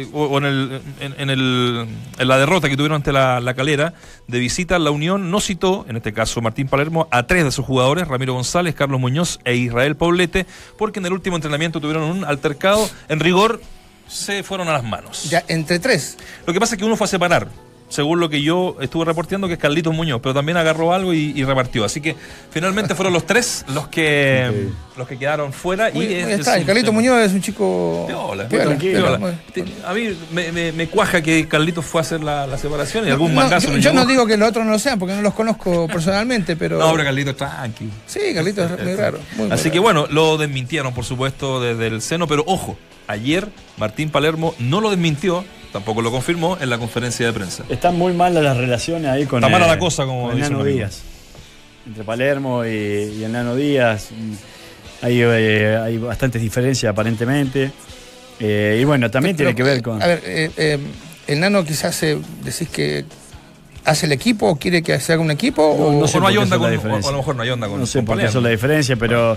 en la derrota que tuvieron ante la Calera de visita, la Unión no citó, en este caso Martín Palermo, a 3 de sus jugadores, Ramiro González, Carlos Muñoz e Israel Poblete, porque en el último entrenamiento tuvieron un altercado, en rigor se fueron a las manos. Ya, entre 3. Lo que pasa es que uno fue a separar, según lo que yo estuve reporteando, que es Carlitos Muñoz, pero también agarró algo y repartió. Así que finalmente fueron los 3 los que quedaron fuera. Muy extraño. Carlitos Muñoz es un chico tranquilo. A mí me cuaja que Carlitos fue a hacer la separación y algún mangazo. Yo no digo que los otros no lo sean, porque no los conozco personalmente, pero... No, pero Carlitos tranqui. Sí, Carlitos es muy raro. Así que bueno, lo desmintieron, por supuesto, desde el seno, pero ojo, ayer Martín Palermo no lo desmintió, tampoco lo confirmó en la conferencia de prensa. Están muy malas las relaciones ahí con... Está mala la cosa, como dice Nano Díaz. Entre Palermo y el Nano Díaz hay bastantes diferencias aparentemente. Y bueno, también tiene que ver con... A ver, el Nano quizás decís que hace el equipo o quiere que se haga un equipo no sé, no hay onda con, o a lo mejor no hay onda con... No sé por qué eso es la diferencia, pero...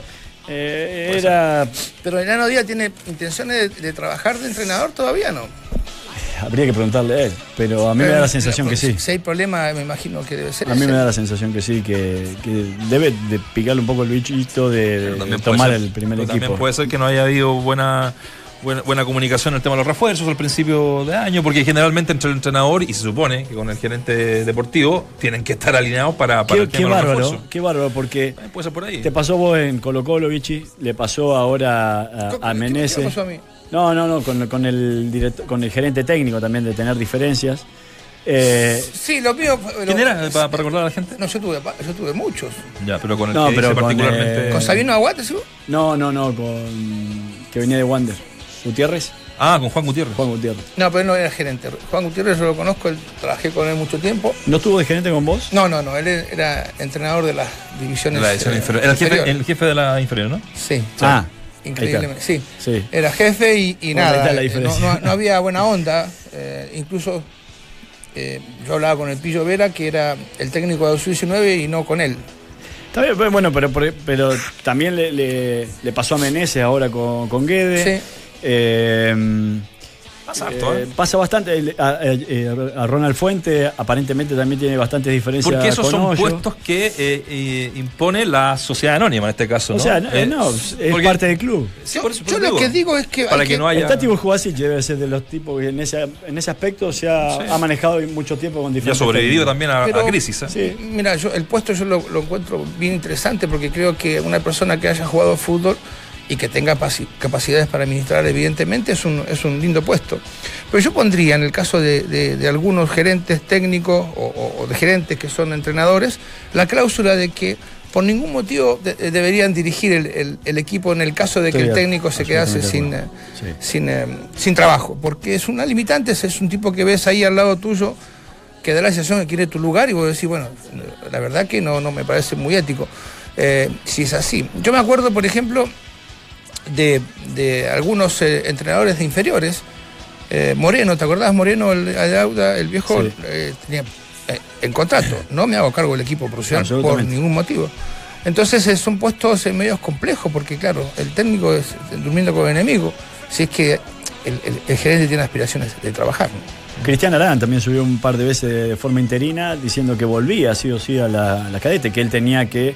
Pero el Nano Díaz tiene intenciones de trabajar de entrenador, todavía no. Habría que preguntarle a él, pero a mí me da la sensación que sí. Si hay problema, me imagino que debe ser. A mí me da la sensación que sí, que debe de picarle un poco el bichito de tomar el primer equipo. También puede ser que no haya habido buena comunicación en el tema de los refuerzos al principio de año, porque generalmente entre el entrenador y se supone que con el gerente deportivo tienen que estar alineados para el tema de los refuerzos. Qué bárbaro, porque puede ser por ahí. Te pasó vos en Colo-Colo, Vichy, le pasó ahora a Meneses. ¿Qué pasó a mí? No, con el gerente técnico también, de tener diferencias. Sí, lo mío... ¿Quién era, para recordar a la gente? No, yo tuve muchos. Ya, pero con el que dice particularmente... ¿Con Sabino Aguate, sí? No, que venía de Wander. ¿Gutiérrez? Ah, con Juan Gutiérrez. No, pero él no era gerente. Juan Gutiérrez yo lo conozco, trabajé con él mucho tiempo. ¿No estuvo de gerente con vos? No, él era entrenador de las divisiones... De la división inferior. Era el jefe de la inferior, ¿no? Sí. Ah. Increíblemente, sí. Era jefe y nada, no había buena onda. Incluso yo hablaba con el Pillo Vera, que era el técnico de Sub-19, y no con él. Está bien, bueno, pero también le pasó a Meneses ahora con Guede. Sí. Pasa harto, pasa bastante. A Ronald Fuente aparentemente también tiene bastantes diferencias. Porque esos son puestos que impone la sociedad anónima en este caso, ¿no? O sea, es parte del club. Yo lo que digo es que... Para que no haya... Tati Bujubasic debe ser de los tipos que en ese aspecto ha manejado mucho tiempo con diferentes... Y ha sobrevivido también a crisis. Sí. Mira, el puesto yo lo encuentro bien interesante, porque creo que una persona que haya jugado fútbol y que tenga capacidades para administrar, evidentemente es un lindo puesto. Pero yo pondría, en el caso de algunos gerentes técnicos o de gerentes que son entrenadores, la cláusula de que por ningún motivo deberían dirigir el equipo en el caso de que el técnico se quedase sin trabajo, porque es una limitante, es un tipo que ves ahí al lado tuyo que da la sensación que quiere tu lugar, y vos decís, bueno, la verdad que no me parece muy ético si es así. Yo me acuerdo, por ejemplo, de algunos entrenadores de inferiores. Moreno, ¿te acordás? Moreno, el viejo, sí. Tenía en contrato, no me hago cargo del equipo profesional por ningún motivo. Entonces son puestos medios complejos, porque claro, el técnico es durmiendo con el enemigo, si es que el gerente tiene aspiraciones de trabajar, ¿no? Cristian Arán también subió un par de veces de forma interina diciendo que volvía sí o sí a la cadete, que él tenía que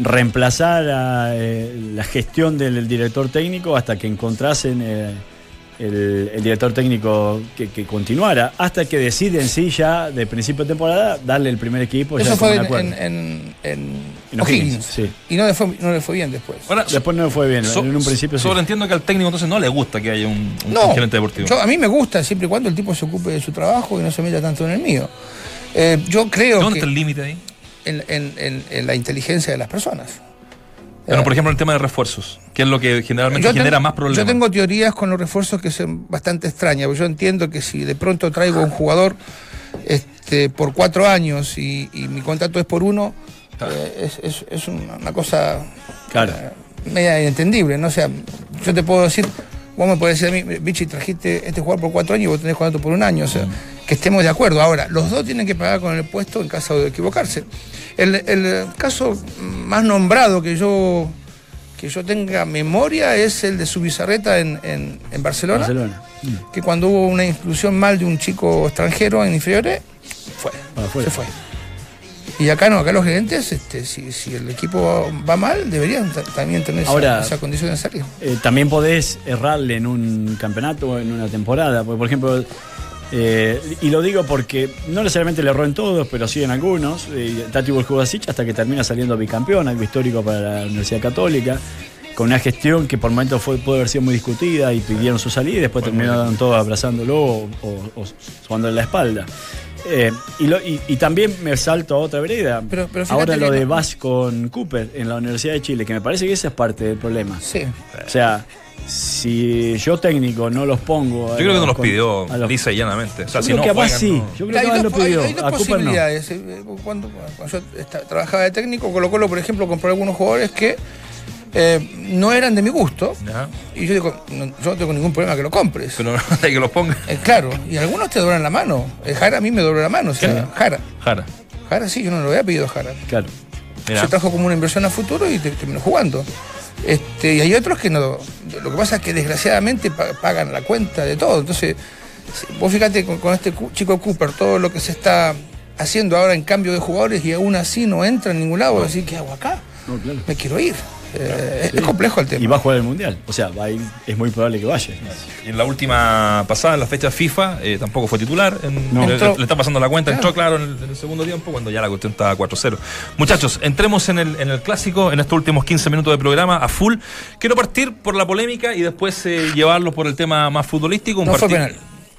reemplazar a la gestión del director técnico hasta que encontrasen el director técnico que continuara, hasta que decide en sí ya de principio de temporada darle el primer equipo. Eso fue en O'Higgins, sí. Y no le fue bien después. Ahora, después no le fue bien, en un principio sí. Sobreentiendo que al técnico entonces no le gusta que haya un gerente deportivo. A mí me gusta siempre y cuando el tipo se ocupe de su trabajo y no se meta tanto en el mío. Yo creo ¿dónde está el límite ahí? En la inteligencia de las personas. Bueno, por ejemplo, el tema de refuerzos, que es lo que generalmente genera más problemas. Yo tengo teorías con los refuerzos que son bastante extrañas, porque yo entiendo que si de pronto traigo a un jugador por 4 años y mi contrato es por 1, es una cosa media inentendible, ¿no? O sea, yo te puedo decir, vos me podés decir a mí, Vichy, trajiste este jugador por 4 años y vos tenés contrato por 1 año, o sea, que estemos de acuerdo. Ahora, los dos tienen que pagar con el puesto en caso de equivocarse. El caso más nombrado que yo tenga memoria es el de Zubizarreta en Barcelona. Que cuando hubo una inclusión mal de un chico extranjero en inferiores, se fue. Y acá no, acá los gerentes, si el equipo va mal, deberían también tener esa condición de salir. También podés errarle en un campeonato o en una temporada, porque por ejemplo... y lo digo porque no necesariamente le erró en todos, pero sí en algunos. Tati Buljubasic hasta que termina saliendo bicampeón, algo histórico para la Universidad Católica, con una gestión que por momentos puede haber sido muy discutida y pidieron su salida y después terminaron todos abrazándolo o sobándole la espalda. Y también me salto a otra vereda. Pero ahora lo de Vaz con Cooper en la Universidad de Chile, que me parece que esa es parte del problema. Sí. O sea, si yo técnico no los pongo... Yo creo que no los pidió lisa y llanamente. O sea, si no juegan, sí. Yo creo que hay lo pidió. Hay dos posibilidades. Cuando yo trabajaba de técnico, Colo-Colo, por ejemplo, compró algunos jugadores que no eran de mi gusto. Ajá. Y yo digo, yo no tengo ningún problema que lo compres. Pero no hay que los ponga. Claro, y algunos te doblan la mano. Jara a mí me dobló la mano. O sea, Jara sí, yo no lo había pedido Jara. Claro. Se trajo como una inversión a futuro y terminó jugando. Y hay otros que no. Lo que pasa es que desgraciadamente pagan la cuenta de todo. Entonces, vos fíjate con este chico Cooper, todo lo que se está haciendo ahora en cambio de jugadores y aún así no entra en ningún lado. Decir, ¿qué hago acá? No, claro. Me quiero ir. Es complejo el tema. Y va a jugar el Mundial. O sea, es muy probable que vaya. Y en la última pasada, en la fecha FIFA, tampoco fue titular. Le está pasando la cuenta. Claro. Entró en el segundo tiempo cuando ya la cuestión estaba 4-0. Muchachos, entremos en el clásico, en estos últimos 15 minutos de programa a full. Quiero partir por la polémica y después llevarlos por el tema más futbolístico. Fue penal.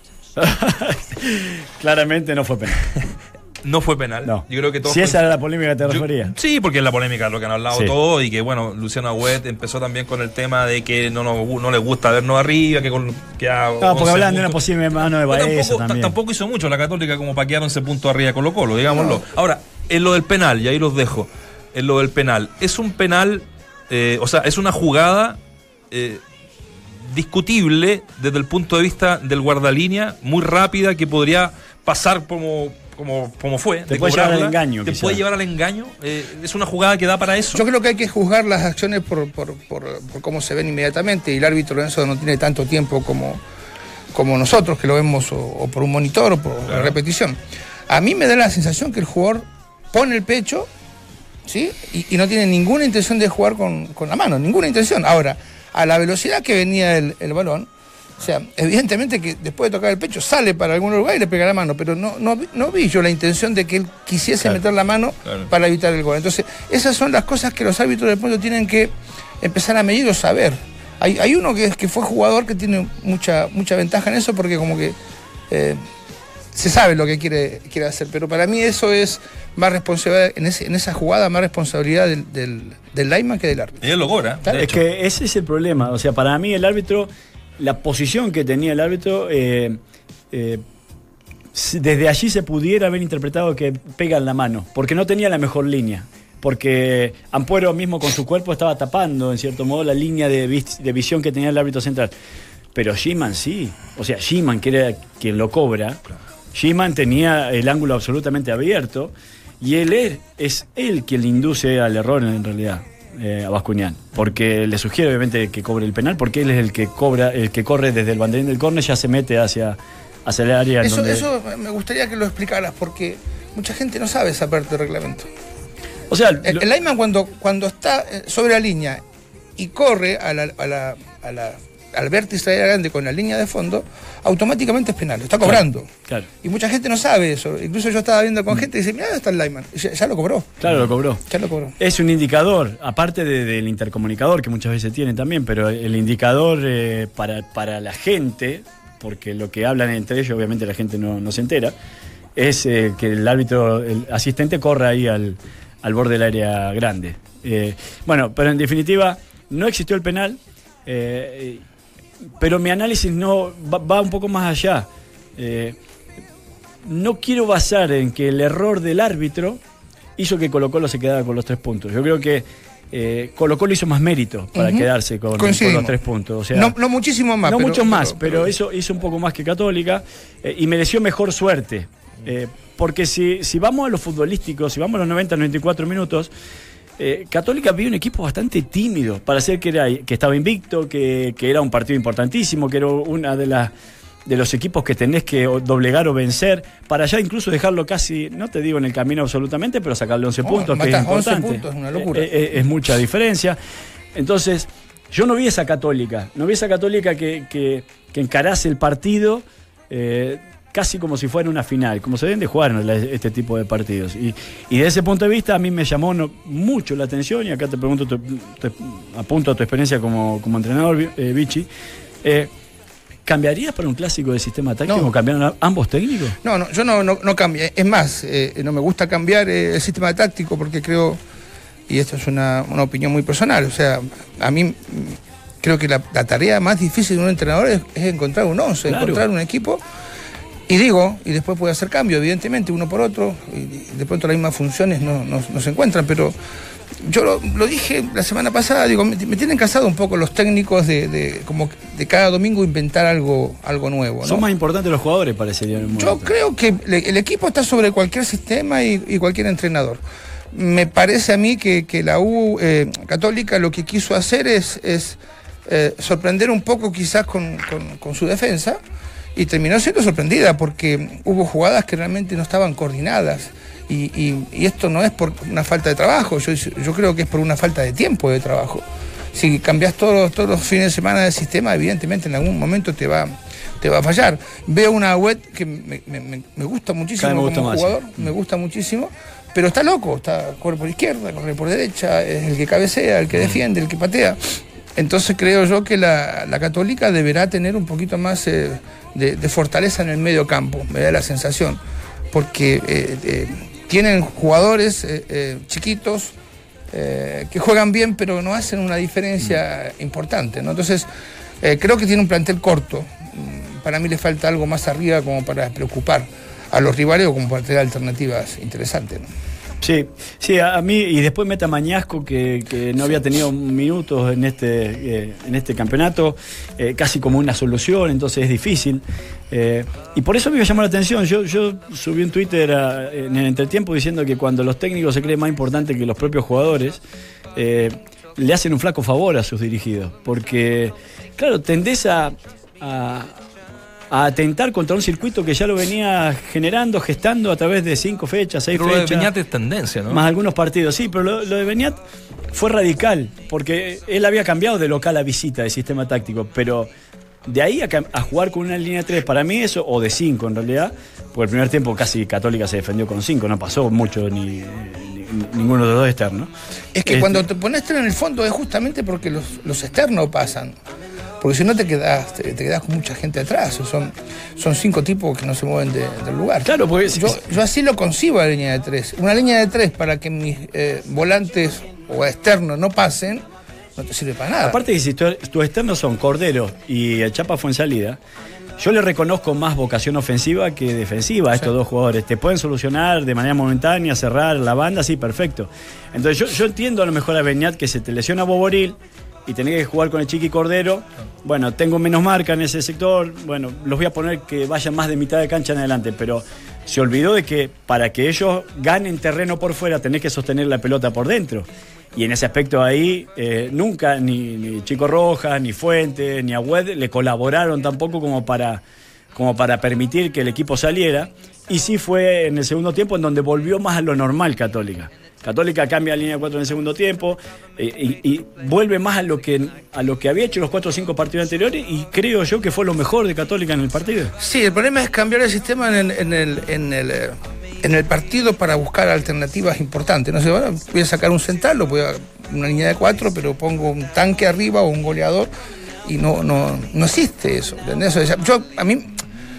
Claramente no fue penal. No fue penal. No. Yo creo que todos esa era la polémica que te refería. Sí, porque es la polémica lo que han hablado todos y que bueno, Luciano Agüet empezó también con el tema de que no le gusta vernos arriba, porque hablan de una posible mano de Baeza también. Tampoco hizo mucho la Católica como para quedar 11 puntos arriba Colo-Colo, digámoslo. No. Ahora, en lo del penal, y ahí los dejo, en lo del penal, es un penal, es una jugada discutible desde el punto de vista del guardalínea, muy rápida, que podría pasar como fue. Te puede llevar al engaño. Te puede llevar al engaño. Es una jugada que da para eso. Yo creo que hay que juzgar las acciones por cómo se ven inmediatamente, y el árbitro en eso no tiene tanto tiempo como nosotros, que lo vemos o por un monitor o por repetición. A mí me da la sensación que el jugador pone el pecho, ¿sí? Y no tiene ninguna intención de jugar con la mano, ninguna intención. Ahora, a la velocidad que venía el balón, o sea, evidentemente que después de tocar el pecho sale para algún lugar y le pega la mano, pero no vi yo la intención de que él quisiese meter la mano para evitar el gol. Entonces, esas son las cosas que los árbitros del punto tienen que empezar a medir o saber. Hay uno que fue jugador que tiene mucha ventaja en eso, porque como que se sabe lo que quiere hacer, pero para mí eso es más responsabilidad, en esa jugada, más responsabilidad del lineman que del árbitro. Y él lo cobra. Es que ese es el problema. O sea, para mí el árbitro, la posición que tenía el árbitro, desde allí se pudiera haber interpretado que pega en la mano, porque no tenía la mejor línea. Porque Ampuero mismo con su cuerpo estaba tapando, en cierto modo, la línea de visión que tenía el árbitro central. Pero Schimann sí. O sea, Schimann, que era quien lo cobra, Schimann tenía el ángulo absolutamente abierto, y es él quien le induce al error en realidad. A Bascuñán, porque le sugiere obviamente que cobre el penal, porque él es el que corre desde el banderín del córner, ya se mete hacia el área. Eso me gustaría que lo explicaras, porque mucha gente no sabe esa parte del reglamento. O sea, el lineman cuando está sobre la línea y corre a al vértice de la grande con la línea de fondo, automáticamente es penal, está cobrando. Claro. Y mucha gente no sabe eso. Incluso yo estaba viendo con gente y dice, mira, está el lineman. Ya lo cobró. Claro, lo cobró. Ya lo cobró. Es un indicador, aparte del intercomunicador, que muchas veces tiene también, pero el indicador para la gente, porque lo que hablan entre ellos, obviamente la gente no se entera, es que el árbitro, el asistente, corra ahí al borde del área grande. Bueno, pero en definitiva no existió el penal, pero mi análisis no va un poco más allá. No quiero basar en que el error del árbitro hizo que Colo-Colo se quedara con los 3 puntos. Yo creo que Colo-Colo hizo más mérito para quedarse con los 3 puntos. O sea, no muchísimo más. No muchos más, pero eso hizo un poco más que Católica y mereció mejor suerte. Porque si vamos a lo futbolístico, si vamos a los 90, 94 minutos, Católica vio un equipo bastante tímido para ser que estaba invicto, que era un partido importantísimo, que era una de los equipos que tenés que doblegar o vencer, para ya incluso dejarlo casi, no te digo en el camino absolutamente, pero sacarle 11 puntos, que es importante. 11 puntos es una locura. Es mucha diferencia. Entonces, yo no vi esa Católica que encarase el partido casi como si fuera una final, como se deben de jugar este tipo de partidos. Y desde ese punto de vista a mí me llamó mucho la atención, y acá te pregunto, apunto a tu experiencia como entrenador, Vichy. ¿Cambiarías para un clásico de sistema táctico? No. ¿Cambiaron ambos técnicos? No, yo no cambié. Es más, no me gusta cambiar el sistema táctico porque creo, y esto es una opinión muy personal, o sea, a mí creo que la tarea más difícil de un entrenador es encontrar un 11, claro, encontrar un equipo. Y después puede hacer cambio, evidentemente, uno por otro, y de pronto las mismas funciones no se encuentran, pero yo lo dije la semana pasada, digo, me tienen cansado un poco los técnicos de cada domingo inventar algo nuevo, ¿no? Son más importantes los jugadores, parecería. Yo creo que el equipo está sobre cualquier sistema y cualquier entrenador. Me parece a mí que la U Católica lo que quiso hacer es sorprender un poco quizás con su defensa, y terminó siendo sorprendida porque hubo jugadas que realmente no estaban coordinadas. Y esto no es por una falta de trabajo, yo creo que es por una falta de tiempo de trabajo. Si cambias todos los fines de semana del sistema, evidentemente en algún momento te va a fallar. Veo una web que me gusta muchísimo como jugador, me gusta muchísimo, pero está loco, corre por izquierda, corre por derecha, es el que cabecea, el que defiende, el que patea. Entonces creo yo que la Católica deberá tener un poquito más de fortaleza en el medio campo, me da la sensación, porque tienen jugadores chiquitos que juegan bien, pero no hacen una diferencia importante, ¿no? Entonces creo que tiene un plantel corto. Para mí le falta algo más arriba como para preocupar a los rivales o como para tener alternativas interesantes, ¿no? Sí, a mí, y después meta Mañasco, que no había tenido minutos en este campeonato, casi como una solución, entonces es difícil. Y por eso a mí me llamó la atención. Yo subí un Twitter en el entretiempo diciendo que cuando los técnicos se creen más importantes que los propios jugadores, le hacen un flaco favor a sus dirigidos. Porque, claro, tendés a atentar contra un circuito que ya lo venía gestando a través de 5 fechas, 6 fechas. Lo de Beñat es tendencia, ¿no? Más algunos partidos, sí, pero lo de Beñat fue radical, porque él había cambiado de local a visita de sistema táctico, pero de ahí a jugar con una línea de 3, para mí eso, o de 5 en realidad, porque el primer tiempo casi Católica se defendió con 5, no pasó mucho ninguno de los dos externos. Es que cuando te pones 3 en el fondo es justamente porque los externos pasan. Porque si no te quedás con mucha gente atrás. Son 5 tipos que no se mueven del lugar. Claro, porque yo así lo concibo a la línea de 3. Una línea de 3 para que mis volantes o externos no pasen, no te sirve para nada. Aparte que si tus externos son Cordero y el Chapa Fuensalida, yo le reconozco más vocación ofensiva que defensiva a estos dos jugadores. Te pueden solucionar de manera momentánea, cerrar la banda, sí, perfecto. Entonces yo entiendo a lo mejor a Beñat que se te lesiona Boboril y tenés que jugar con el Chiqui Cordero. Bueno, tengo menos marca en ese sector, bueno, los voy a poner que vayan más de mitad de cancha en adelante, pero se olvidó de que para que ellos ganen terreno por fuera tenés que sostener la pelota por dentro. Y en ese aspecto ahí nunca ni Chico Rojas, ni Fuentes, ni Agüed le colaboraron tampoco como para permitir que el equipo saliera. Y sí fue en el segundo tiempo en donde volvió más a lo normal Católica. Católica cambia la línea de 4 en el segundo tiempo y vuelve más a lo que había hecho los 4 o 5 partidos anteriores, y creo yo que fue lo mejor de Católica en el partido. Sí, el problema es cambiar el sistema en el partido para buscar alternativas importantes. No sé, bueno, voy a sacar un central, una línea de 4, pero pongo un tanque arriba o un goleador, y no existe eso, ¿entendés? O sea, a mí,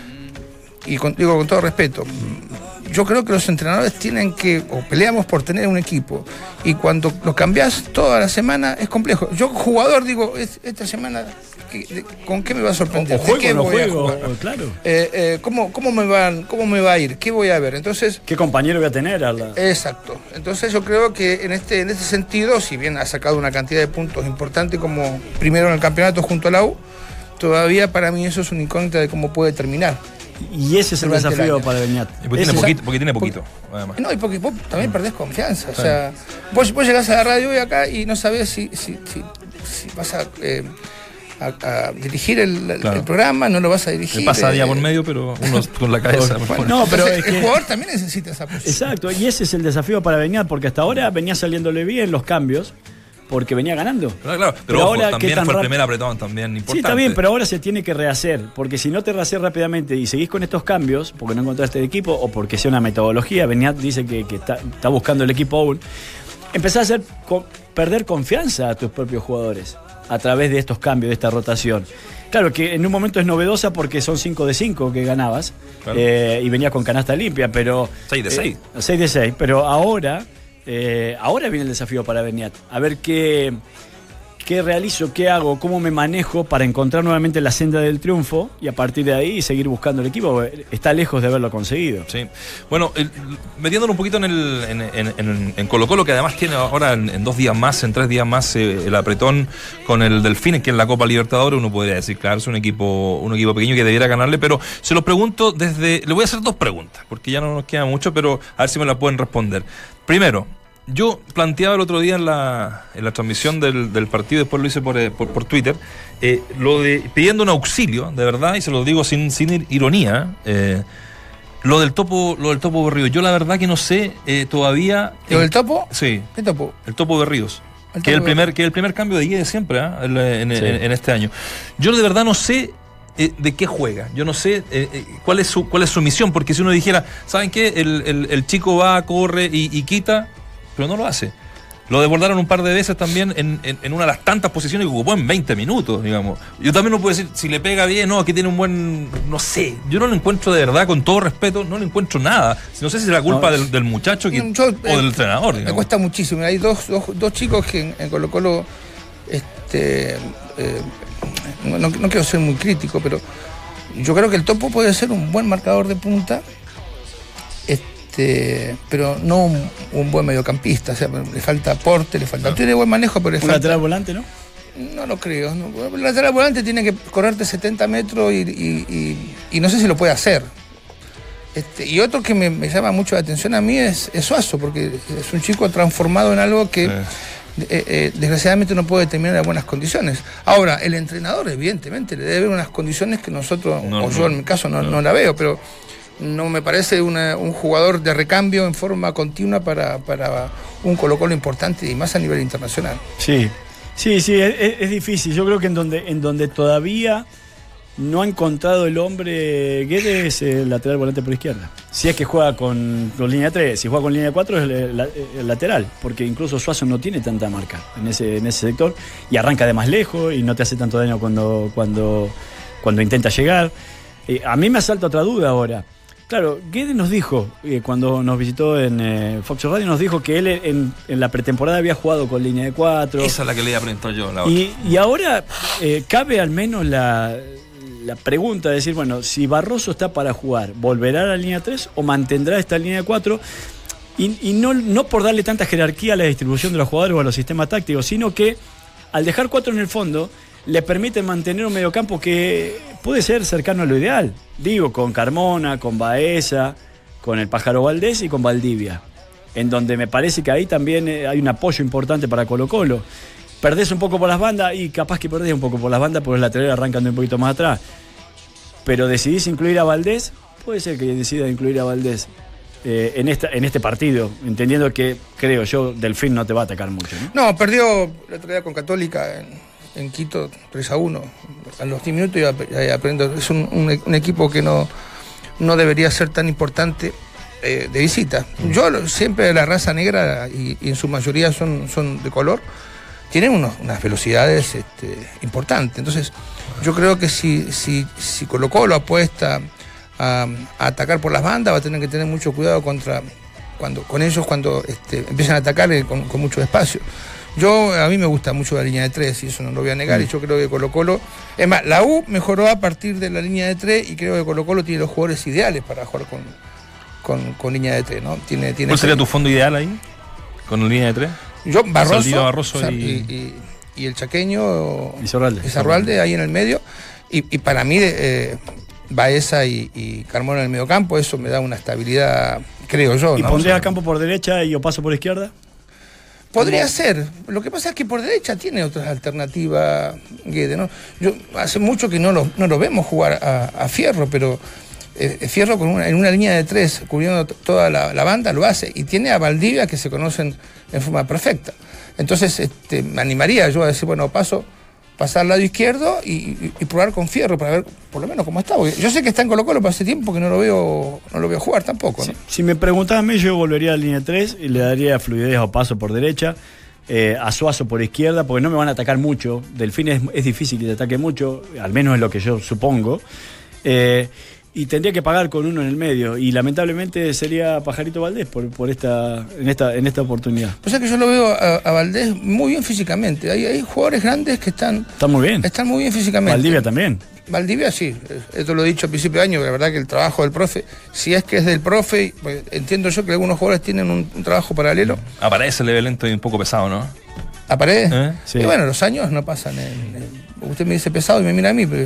y digo con todo respeto, yo creo que los entrenadores peleamos por tener un equipo, y cuando lo cambiás toda la semana es complejo. Yo, jugador, digo, esta semana, ¿con qué me va a sorprender? O juego, ¿qué voy juego, a jugar? Claro. ¿Cómo me va a ir? ¿Qué voy a ver? Entonces, ¿qué compañero voy a tener? Exacto. Entonces yo creo que en este sentido, si bien ha sacado una cantidad de puntos importante como primero en el campeonato junto a la U, todavía para mí eso es una incógnita de cómo puede terminar. Y ese es el desafío para Beñat. Porque tiene poquito, además. No, y porque vos también perdés confianza. O sea, vos llegás a la radio hoy acá y no sabés si vas a dirigir el programa, no lo vas a dirigir. Me pasa día por medio, pero uno con la cabeza. No, pero el jugador también necesita esa posición. Exacto, y ese es el desafío para Beñat, porque hasta ahora venía saliéndole bien los cambios, porque venía ganando. Claro, pero ojo, ahora también fue el primer apretón también importante. Sí, está bien, pero ahora se tiene que rehacer, porque si no te rehaces rápidamente y seguís con estos cambios, porque no encontraste el equipo o porque sea una metodología, Beñat dice que está buscando el equipo aún, empezás a perder confianza a tus propios jugadores a través de estos cambios, de esta rotación. Claro que en un momento es novedosa porque son 5 de 5 que ganabas, claro, y venías con canasta limpia, pero 6 de 6. 6 de 6, pero ahora viene el desafío para Beñat. A ver qué realizo, qué hago, cómo me manejo para encontrar nuevamente la senda del triunfo y a partir de ahí seguir buscando el equipo. Está lejos de haberlo conseguido. Sí. Bueno, metiéndolo un poquito en Colo-Colo, que además tiene ahora en 2 días más, en 3 días más, el apretón con el Delfines, que en la Copa Libertadores uno podría decir, claro, es un equipo pequeño que debiera ganarle, pero se los pregunto le voy a hacer 2 preguntas, porque ya no nos queda mucho, pero a ver si me la pueden responder. Primero, yo planteaba el otro día en la transmisión del partido, después lo hice por Twitter, lo de pidiendo un auxilio, de verdad, y se lo digo sin ironía, lo del Topo Berríos. Yo la verdad que no sé todavía. ¿Lo del Topo? Sí. ¿Qué Topo? El Topo Berríos. Que es el primer cambio de guía de siempre en este año. Yo de verdad no sé de qué juega. Yo no sé cuál es su misión, porque si uno dijera, ¿saben qué? El chico va, corre y quita, pero no lo hace. Lo desbordaron un par de veces también en una de las tantas posiciones que ocupó en 20 minutos, digamos. Yo también no puedo decir, si le pega bien, no, aquí tiene un buen... No sé, yo no le encuentro de verdad, con todo respeto, no le encuentro nada. No sé si es la culpa del muchacho o del entrenador, digamos. Me cuesta muchísimo. Hay dos chicos que en Colo-Colo... no quiero ser muy crítico, pero yo creo que el Topo puede ser un buen marcador de punta, pero no un buen mediocampista. O sea, le falta aporte, tiene buen manejo, pero le falta... lateral volante, ¿no? No lo creo. No. El lateral volante tiene que correrte 70 metros y no sé si lo puede hacer. Y otro que me llama mucho la atención a mí es Suazo, porque es un chico transformado en algo que desgraciadamente no puede terminar en buenas condiciones. Ahora, el entrenador evidentemente le debe ver unas condiciones que nosotros, yo en mi caso no la veo, pero no me parece un jugador de recambio en forma continua para un Colo-Colo importante y más a nivel internacional. Sí, es difícil. Yo creo que en donde todavía no ha encontrado el hombre Guedes es el lateral volante por izquierda. Si es que juega con línea 3, si juega con línea 4 es el lateral, porque incluso Suazo no tiene tanta marca en ese sector y arranca de más lejos y no te hace tanto daño cuando intenta llegar. A mí me asalta otra duda ahora. Claro, Guedes nos dijo, cuando nos visitó en Fox Radio, nos dijo que él en la pretemporada había jugado con línea de 4. Esa es la que le iba a preguntar yo. La otra. Y ahora cabe al menos la pregunta de decir, bueno, si Barroso está para jugar, ¿volverá a la línea 3 o mantendrá esta línea 4? Y no por darle tanta jerarquía a la distribución de los jugadores o a los sistemas tácticos, sino que al dejar 4 en el fondo, le permite mantener un mediocampo que puede ser cercano a lo ideal. Digo, con Carmona, con Baeza, con el Pájaro Valdés y con Valdivia, en donde me parece que ahí también hay un apoyo importante para Colo-Colo. Perdés un poco por las bandas y capaz que perdés un poco por las bandas porque los laterales arrancan de un poquito más atrás. Pero decidís incluir a Valdés, puede ser que decida incluir a Valdés. en este partido, entendiendo que, creo yo, Delfín no te va a atacar mucho, ¿no? No, perdió el otro día con Católica en Quito 3-1. A los 10 minutos ya aprendo. Es un equipo que no debería ser tan importante de visita. Yo siempre la raza negra, y en su mayoría son de color, tienen unas velocidades importantes. Entonces, yo creo que si Colo-Colo apuesta a atacar por las bandas, va a tener que tener mucho cuidado con ellos cuando empiezan a atacar con mucho espacio. A mí me gusta mucho la línea de 3, y eso no lo voy a negar, y yo creo que Colo-Colo... Es más, la U mejoró a partir de la línea de 3, y creo que Colo-Colo tiene los jugadores ideales para jugar con línea de 3, ¿no? ¿Cuál sería tu fondo ideal ahí? ¿Con la línea de 3? Yo, Barroso y el chaqueño y Zarralde ahí en el medio, y para mí Baeza y Carmona en el medio campo, eso me da una estabilidad, creo yo. ¿Y pondría a Campo por derecha y Opaso por izquierda? Podría ser. Lo que pasa es que por derecha tiene otras alternativas, Guede, ¿no? Yo hace mucho que no lo vemos jugar a Fierro, pero Fierro en una línea de 3, cubriendo toda la banda, lo hace. Y tiene a Valdivia, que se conocen en forma perfecta. Entonces me animaría yo a decir, bueno, pasar al lado izquierdo y probar con Fierro para ver por lo menos cómo está. Porque yo sé que está en Colo-Colo, pero hace tiempo que no lo veo jugar tampoco, ¿no? Si me preguntas a mí, yo volvería a la línea 3 y le daría fluidez a Opaso por derecha, a Suazo por izquierda, porque no me van a atacar mucho. Delfín es difícil que te ataque mucho, al menos es lo que yo supongo. Y tendría que pagar con uno en el medio, y lamentablemente sería Pajarito Valdés en esta oportunidad. O sea que yo lo veo a Valdés muy bien físicamente. Hay jugadores grandes que están muy bien. Están muy bien físicamente. Valdivia también. Valdivia sí, esto lo he dicho a principio de año, que la verdad que el trabajo del profe, si es que es del profe, pues entiendo yo que algunos jugadores tienen un trabajo paralelo. A Paredes le ve lento y un poco pesado, ¿no? ¿A Paredes? Sí. Y bueno, los años no pasan. Usted me dice pesado y me mira a mí, pero...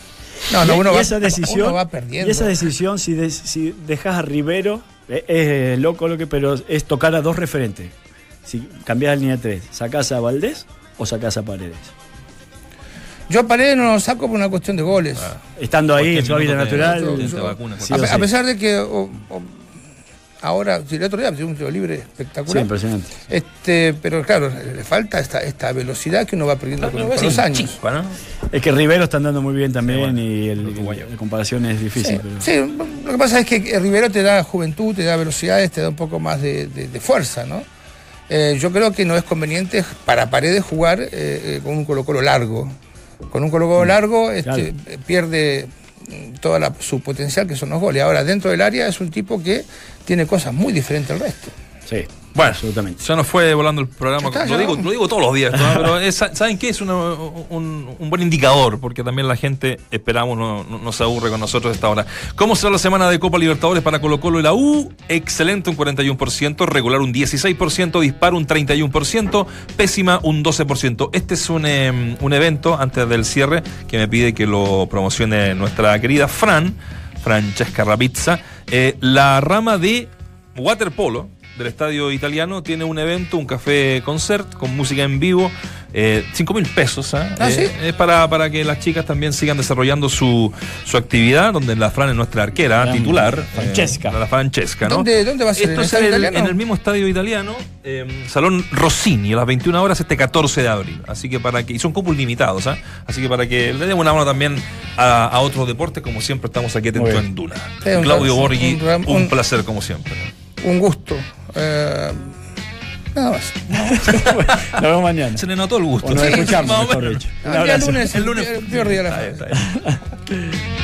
uno va perdiendo. Y esa decisión, si dejas a Rivero, es loco pero es tocar a dos referentes. Si cambias la línea 3, ¿sacás a Valdés o sacás a Paredes? Yo a Paredes no lo saco por una cuestión de goles. Estando ahí en su hábitat natural. A pesar de que ahora, el otro día un tiro libre espectacular. Sí, impresionante. Pero claro, le falta esta velocidad que uno va perdiendo con los años. Chispa, ¿no? Es que Rivero está andando muy bien también, y la comparación es difícil. Sí, lo que pasa es que Rivero te da juventud, te da velocidades, te da un poco más de fuerza, ¿no? Yo creo que no es conveniente para Paredes jugar con un Colo-Colo largo. Con un Colo-Colo largo pierde toda su potencial, que son los goles. Ahora, dentro del área es un tipo que tiene cosas muy diferentes al resto. Sí, bueno, absolutamente. Ya nos fue volando el programa. Lo digo todos los días, ¿no? Pero ¿saben qué? Es un buen indicador, porque también la gente, esperamos, no se aburre con nosotros a esta hora. ¿Cómo será la semana de Copa Libertadores para Colo-Colo y la U? Excelente, un 41%, regular un 16%, disparo un 31%, pésima un 12%. Este es un evento, antes del cierre, que me pide que lo promocione nuestra querida Francesca Rapizza. La rama de waterpolo del Estadio Italiano tiene un evento, un café concert con música en vivo, 5.000 pesos. ¿Sí? Es para que las chicas también sigan desarrollando su actividad, donde la Fran es nuestra arquera titular. Francesca. La Francesca, ¿no? ¿Dónde va a ser? Esto es en el mismo Estadio Italiano, Salón Rossini, a las 21 horas este 14 de abril. Así que y son cupos limitados, así que para que le demos una mano también a otros deportes, como siempre estamos aquí atentos en Duna. Claudio Borghi, un placer como siempre. Un gusto. Nada más. Nos vemos mañana. Se le notó el gusto. O nos escuchamos, mejor dicho. El lunes, el peor día de la